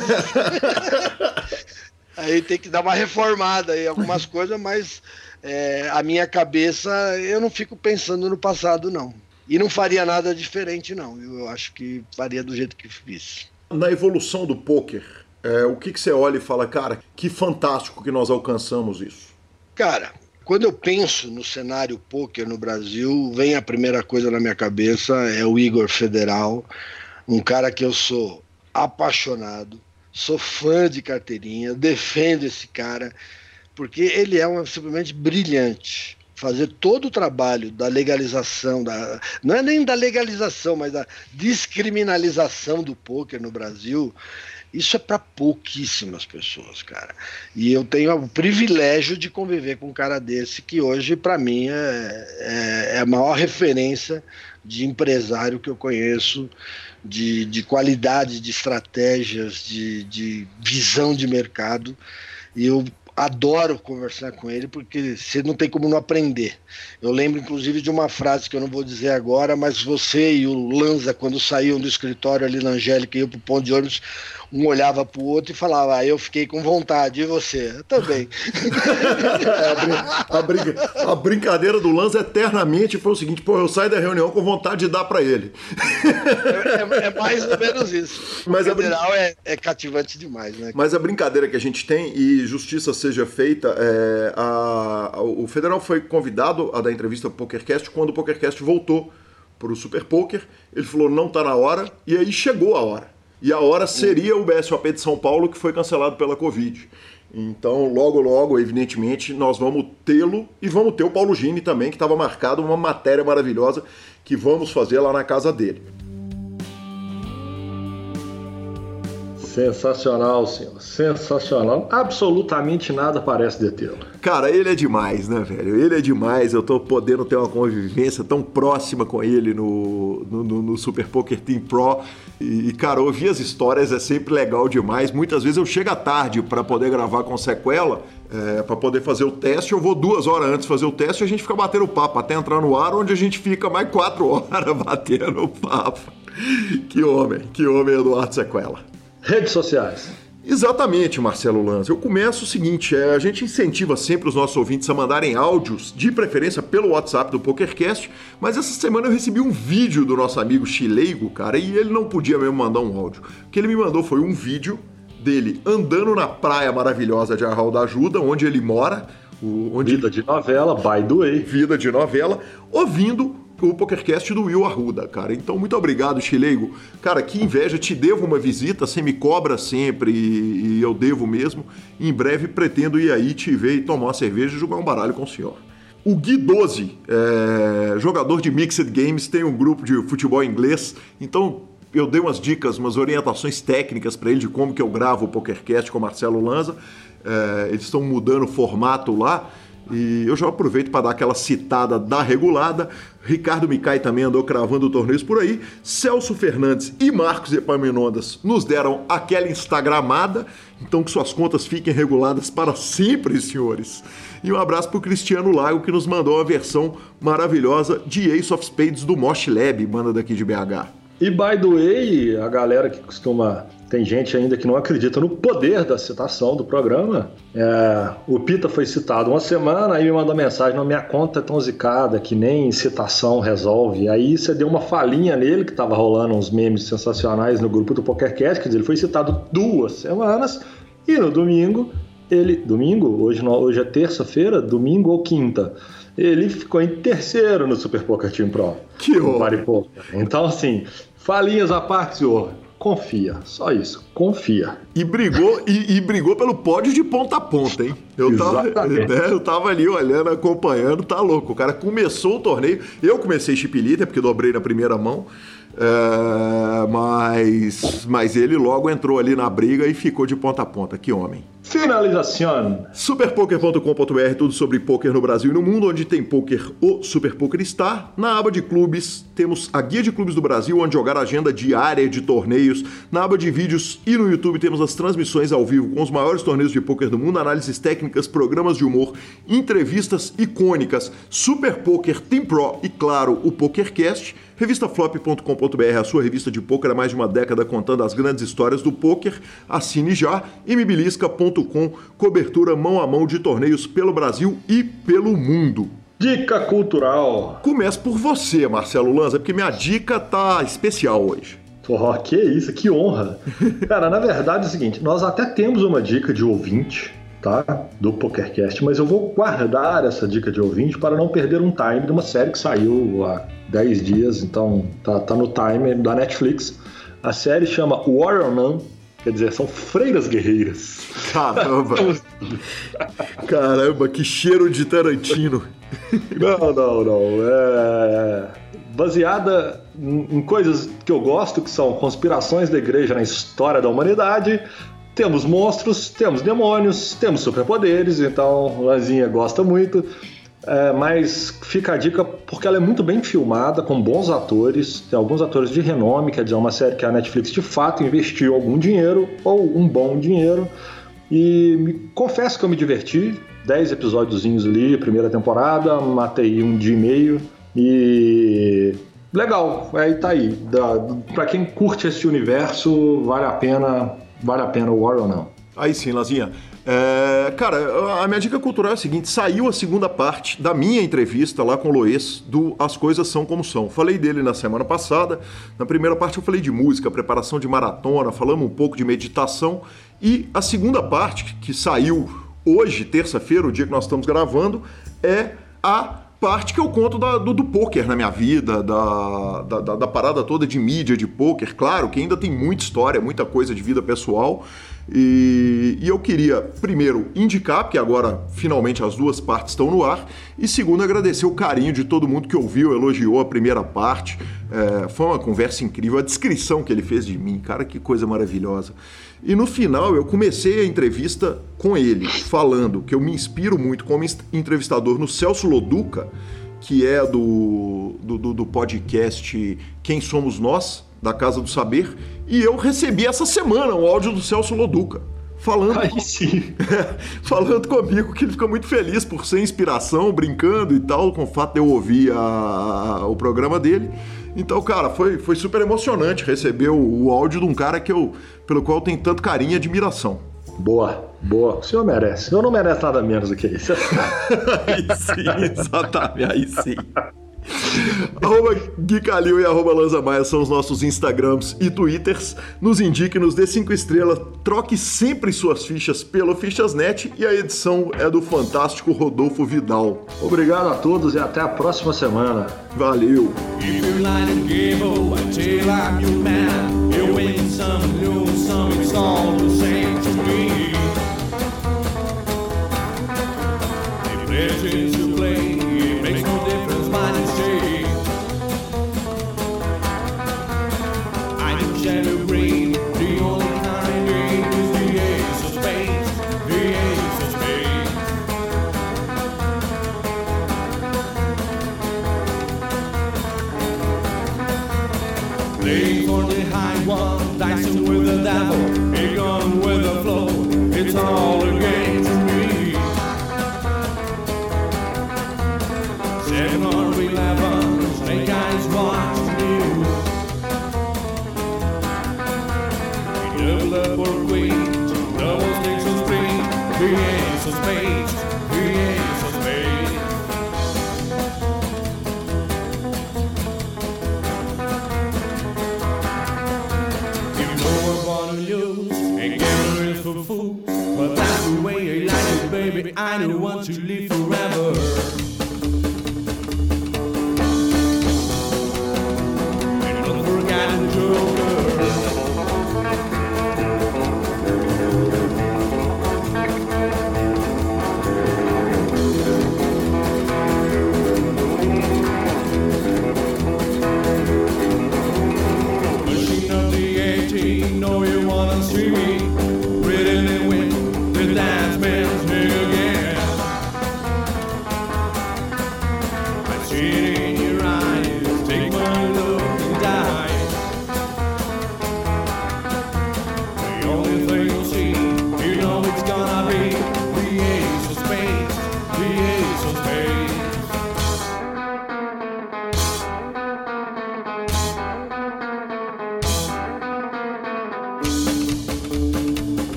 Aí tem que dar uma reformada em algumas coisas, mas a minha cabeça, eu não fico pensando no passado, não. E não faria nada diferente, não. Eu acho que faria do jeito que fiz. Na evolução do poker, o que você olha e fala, cara, que fantástico que nós alcançamos isso? Cara... Quando eu penso no cenário poker no Brasil, vem a primeira coisa na minha cabeça, é o Igor Federal, um cara que eu sou apaixonado, sou fã de carteirinha, defendo esse cara, porque ele é simplesmente brilhante. Fazer todo o trabalho da legalização, não é nem da legalização, mas da descriminalização do poker no Brasil, isso é para pouquíssimas pessoas, cara. E eu tenho o privilégio de conviver com um cara desse, que hoje, para mim, é a maior referência de empresário que eu conheço, de qualidade, de estratégias, de visão de mercado. E eu adoro conversar com ele, porque você não tem como não aprender. Eu lembro, inclusive, de uma frase que eu não vou dizer agora, mas você e o Lanza, quando saíam do escritório ali na Angélica e iam pro ponto de ônibus, um olhava pro outro e falava, eu fiquei com vontade, e você? Eu também. A brincadeira do Lanza eternamente foi o seguinte, eu saio da reunião com vontade de dar pra ele. É mais ou menos isso. Mas o federal é cativante demais, né? Mas a brincadeira que a gente tem, e justiça seja feita, o Federal foi convidado a dar entrevista pro PokerCast quando o PokerCast voltou pro Super Poker. Ele falou, não tá na hora, e aí chegou a hora. E a hora seria o BSOP de São Paulo, que foi cancelado pela Covid. Então, logo, evidentemente, nós vamos tê-lo, e vamos ter o Paulo Gini também, que estava marcado uma matéria maravilhosa que vamos fazer lá na casa dele. Sensacional, senhor. Sensacional. Absolutamente nada parece detê-lo. Cara, ele é demais, né, velho? Ele é demais. Eu tô podendo ter uma convivência tão próxima com ele no Super Poker Team Pro. E, cara, ouvir as histórias é sempre legal demais. Muitas vezes eu chego à tarde para poder gravar com sequela, para poder fazer o teste. Eu vou 2 horas antes fazer o teste e a gente fica batendo papo até entrar no ar, onde a gente fica mais 4 horas batendo papo. Que homem, Eduardo Sequela. Redes sociais. Exatamente, Marcelo Lanza. Eu começo o seguinte, a gente incentiva sempre os nossos ouvintes a mandarem áudios, de preferência pelo WhatsApp do PokerCast, mas essa semana eu recebi um vídeo do nosso amigo Chileigo, cara, e ele não podia mesmo mandar um áudio. O que ele me mandou foi um vídeo dele andando na praia maravilhosa de Arraial da Ajuda, onde ele mora. Vida de novela, by the way. Vida de novela, ouvindo o PokerCast do Will Arruda, cara. Então, muito obrigado, Chileigo. Cara, que inveja, te devo uma visita, você me cobra sempre e eu devo mesmo. Em breve pretendo ir aí te ver e tomar uma cerveja e jogar um baralho com o senhor. O Gui 12, jogador de Mixed Games, tem um grupo de futebol inglês, então eu dei umas dicas, umas orientações técnicas para ele de como que eu gravo o PokerCast com o Marcelo Lanza. Eles estão mudando o formato lá. E eu já aproveito para dar aquela citada da regulada. Ricardo Micai também andou cravando torneios por aí. Celso Fernandes e Marcos Epaminondas nos deram aquela instagramada. Então que suas contas fiquem reguladas para sempre, senhores. E um abraço para o Cristiano Lago, que nos mandou uma versão maravilhosa de Ace of Spades do Mosh Lab, banda daqui de BH. E by the way, a galera que costuma... Tem gente ainda que não acredita no poder da citação do programa. O Pita foi citado uma semana, aí me mandou mensagem, minha conta é tão zicada que nem citação resolve. Aí você deu uma falinha nele, que estava rolando uns memes sensacionais no grupo do PokerCast, quer dizer, ele foi citado 2 semanas, e no domingo, hoje é terça-feira, domingo ou quinta, ele ficou em terceiro no Super Poker Team Pro. Que horror! Então, assim, falinhas à parte, senhor. Confia, só isso, confia. E brigou pelo pódio de ponta a ponta, hein? Eu tava ali olhando, acompanhando, tá louco. O cara começou o torneio, eu comecei chip leader, porque dobrei na primeira mão, mas ele logo entrou ali na briga e ficou de ponta a ponta. Que homem. Finalização. Superpoker.com.br, tudo sobre poker no Brasil e no mundo. Onde tem poker, o Super Poker está. Na aba de clubes, temos a guia de clubes do Brasil, onde jogar a agenda diária de torneios. Na aba de vídeos e no YouTube temos as transmissões ao vivo com os maiores torneios de poker do mundo, análises técnicas, programas de humor, entrevistas icônicas, Super Poker Team Pro e, claro, o PokerCast. Revistaflop.com.br, a sua revista de poker há mais de uma década contando as grandes histórias do poker. Assine já. mbilisca.com, cobertura mão a mão de torneios pelo Brasil e pelo mundo. Dica cultural. Começo por você, Marcelo Lanza, porque minha dica tá especial hoje. Que isso, que honra. Cara, na verdade é o seguinte, nós até temos uma dica de ouvinte, tá? Do PokerCast, mas eu vou guardar essa dica de ouvinte para não perder um time de uma série que saiu há 10 dias, então tá no timer da Netflix. A série chama Warrior Nun, quer dizer, são freiras guerreiras. Caramba, que cheiro de Tarantino. Não. Baseada em coisas que eu gosto, que são conspirações da igreja na história da humanidade. Temos monstros, temos demônios, temos superpoderes, então Lanzinha gosta muito. Mas fica a dica porque ela é muito bem filmada, com bons atores, tem alguns atores de renome, quer dizer, é uma série que a Netflix de fato investiu algum dinheiro, ou um bom dinheiro, e confesso que eu me diverti, 10 episódiozinhos ali, primeira temporada, matei 1 dia e meio, e legal, tá aí, pra quem curte esse universo, vale a pena vale a pena o War ou não. Aí sim, Lazinha. Cara, a minha dica cultural é a seguinte: saiu a segunda parte da minha entrevista lá com o Loês do As Coisas São Como São. Falei dele na semana passada. Na primeira parte eu falei de música, preparação de maratona, falamos um pouco de meditação. E a segunda parte, que saiu hoje, terça-feira, o dia que nós estamos gravando, é a parte que eu conto do pôquer na minha vida, da parada toda de mídia, de pôquer. Claro que ainda tem muita história, muita coisa de vida pessoal. E eu queria, primeiro, indicar, porque agora finalmente as duas partes estão no ar, e segundo, agradecer o carinho de todo mundo que ouviu, elogiou a primeira parte. Foi uma conversa incrível, a descrição que ele fez de mim, cara, que coisa maravilhosa. E no final eu comecei a entrevista com ele, falando que eu me inspiro muito como entrevistador no Celso Loduca, que é do podcast Quem Somos Nós, da Casa do Saber, e eu recebi essa semana um áudio do Celso Loduca, falando, Aí sim. falando comigo que ele fica muito feliz por ser inspiração, brincando e tal, com o fato de eu ouvir o programa dele. Então, cara, foi super emocionante receber o áudio de um cara pelo qual eu tenho tanto carinho e admiração. Boa. O senhor merece. O senhor não merece nada menos do que isso. Aí sim, exatamente, aí sim. @GuiCalil e @LanzaMaia são os nossos Instagrams e Twitters. Nos indique, nos dê 5 estrelas, troque sempre suas fichas pelo Fichasnet, e a edição é do fantástico Rodolfo Vidal. Obrigado a todos e até a próxima semana. Valeu! Playing for the high one, dancing with the devil, a gun with the flow, it's all a game to me. 7 or 11, snake eyes watching you. Double up or queen, double sticks of spring, the ace of spades, the ace of spades. For fools, but that's the way I like it, baby. I don't want to live forever. And don't forget the Joker. Machine of the 18, know you wanna see me. Dance man's here again. I see it in your eyes. Take my love and die. The only thing you'll see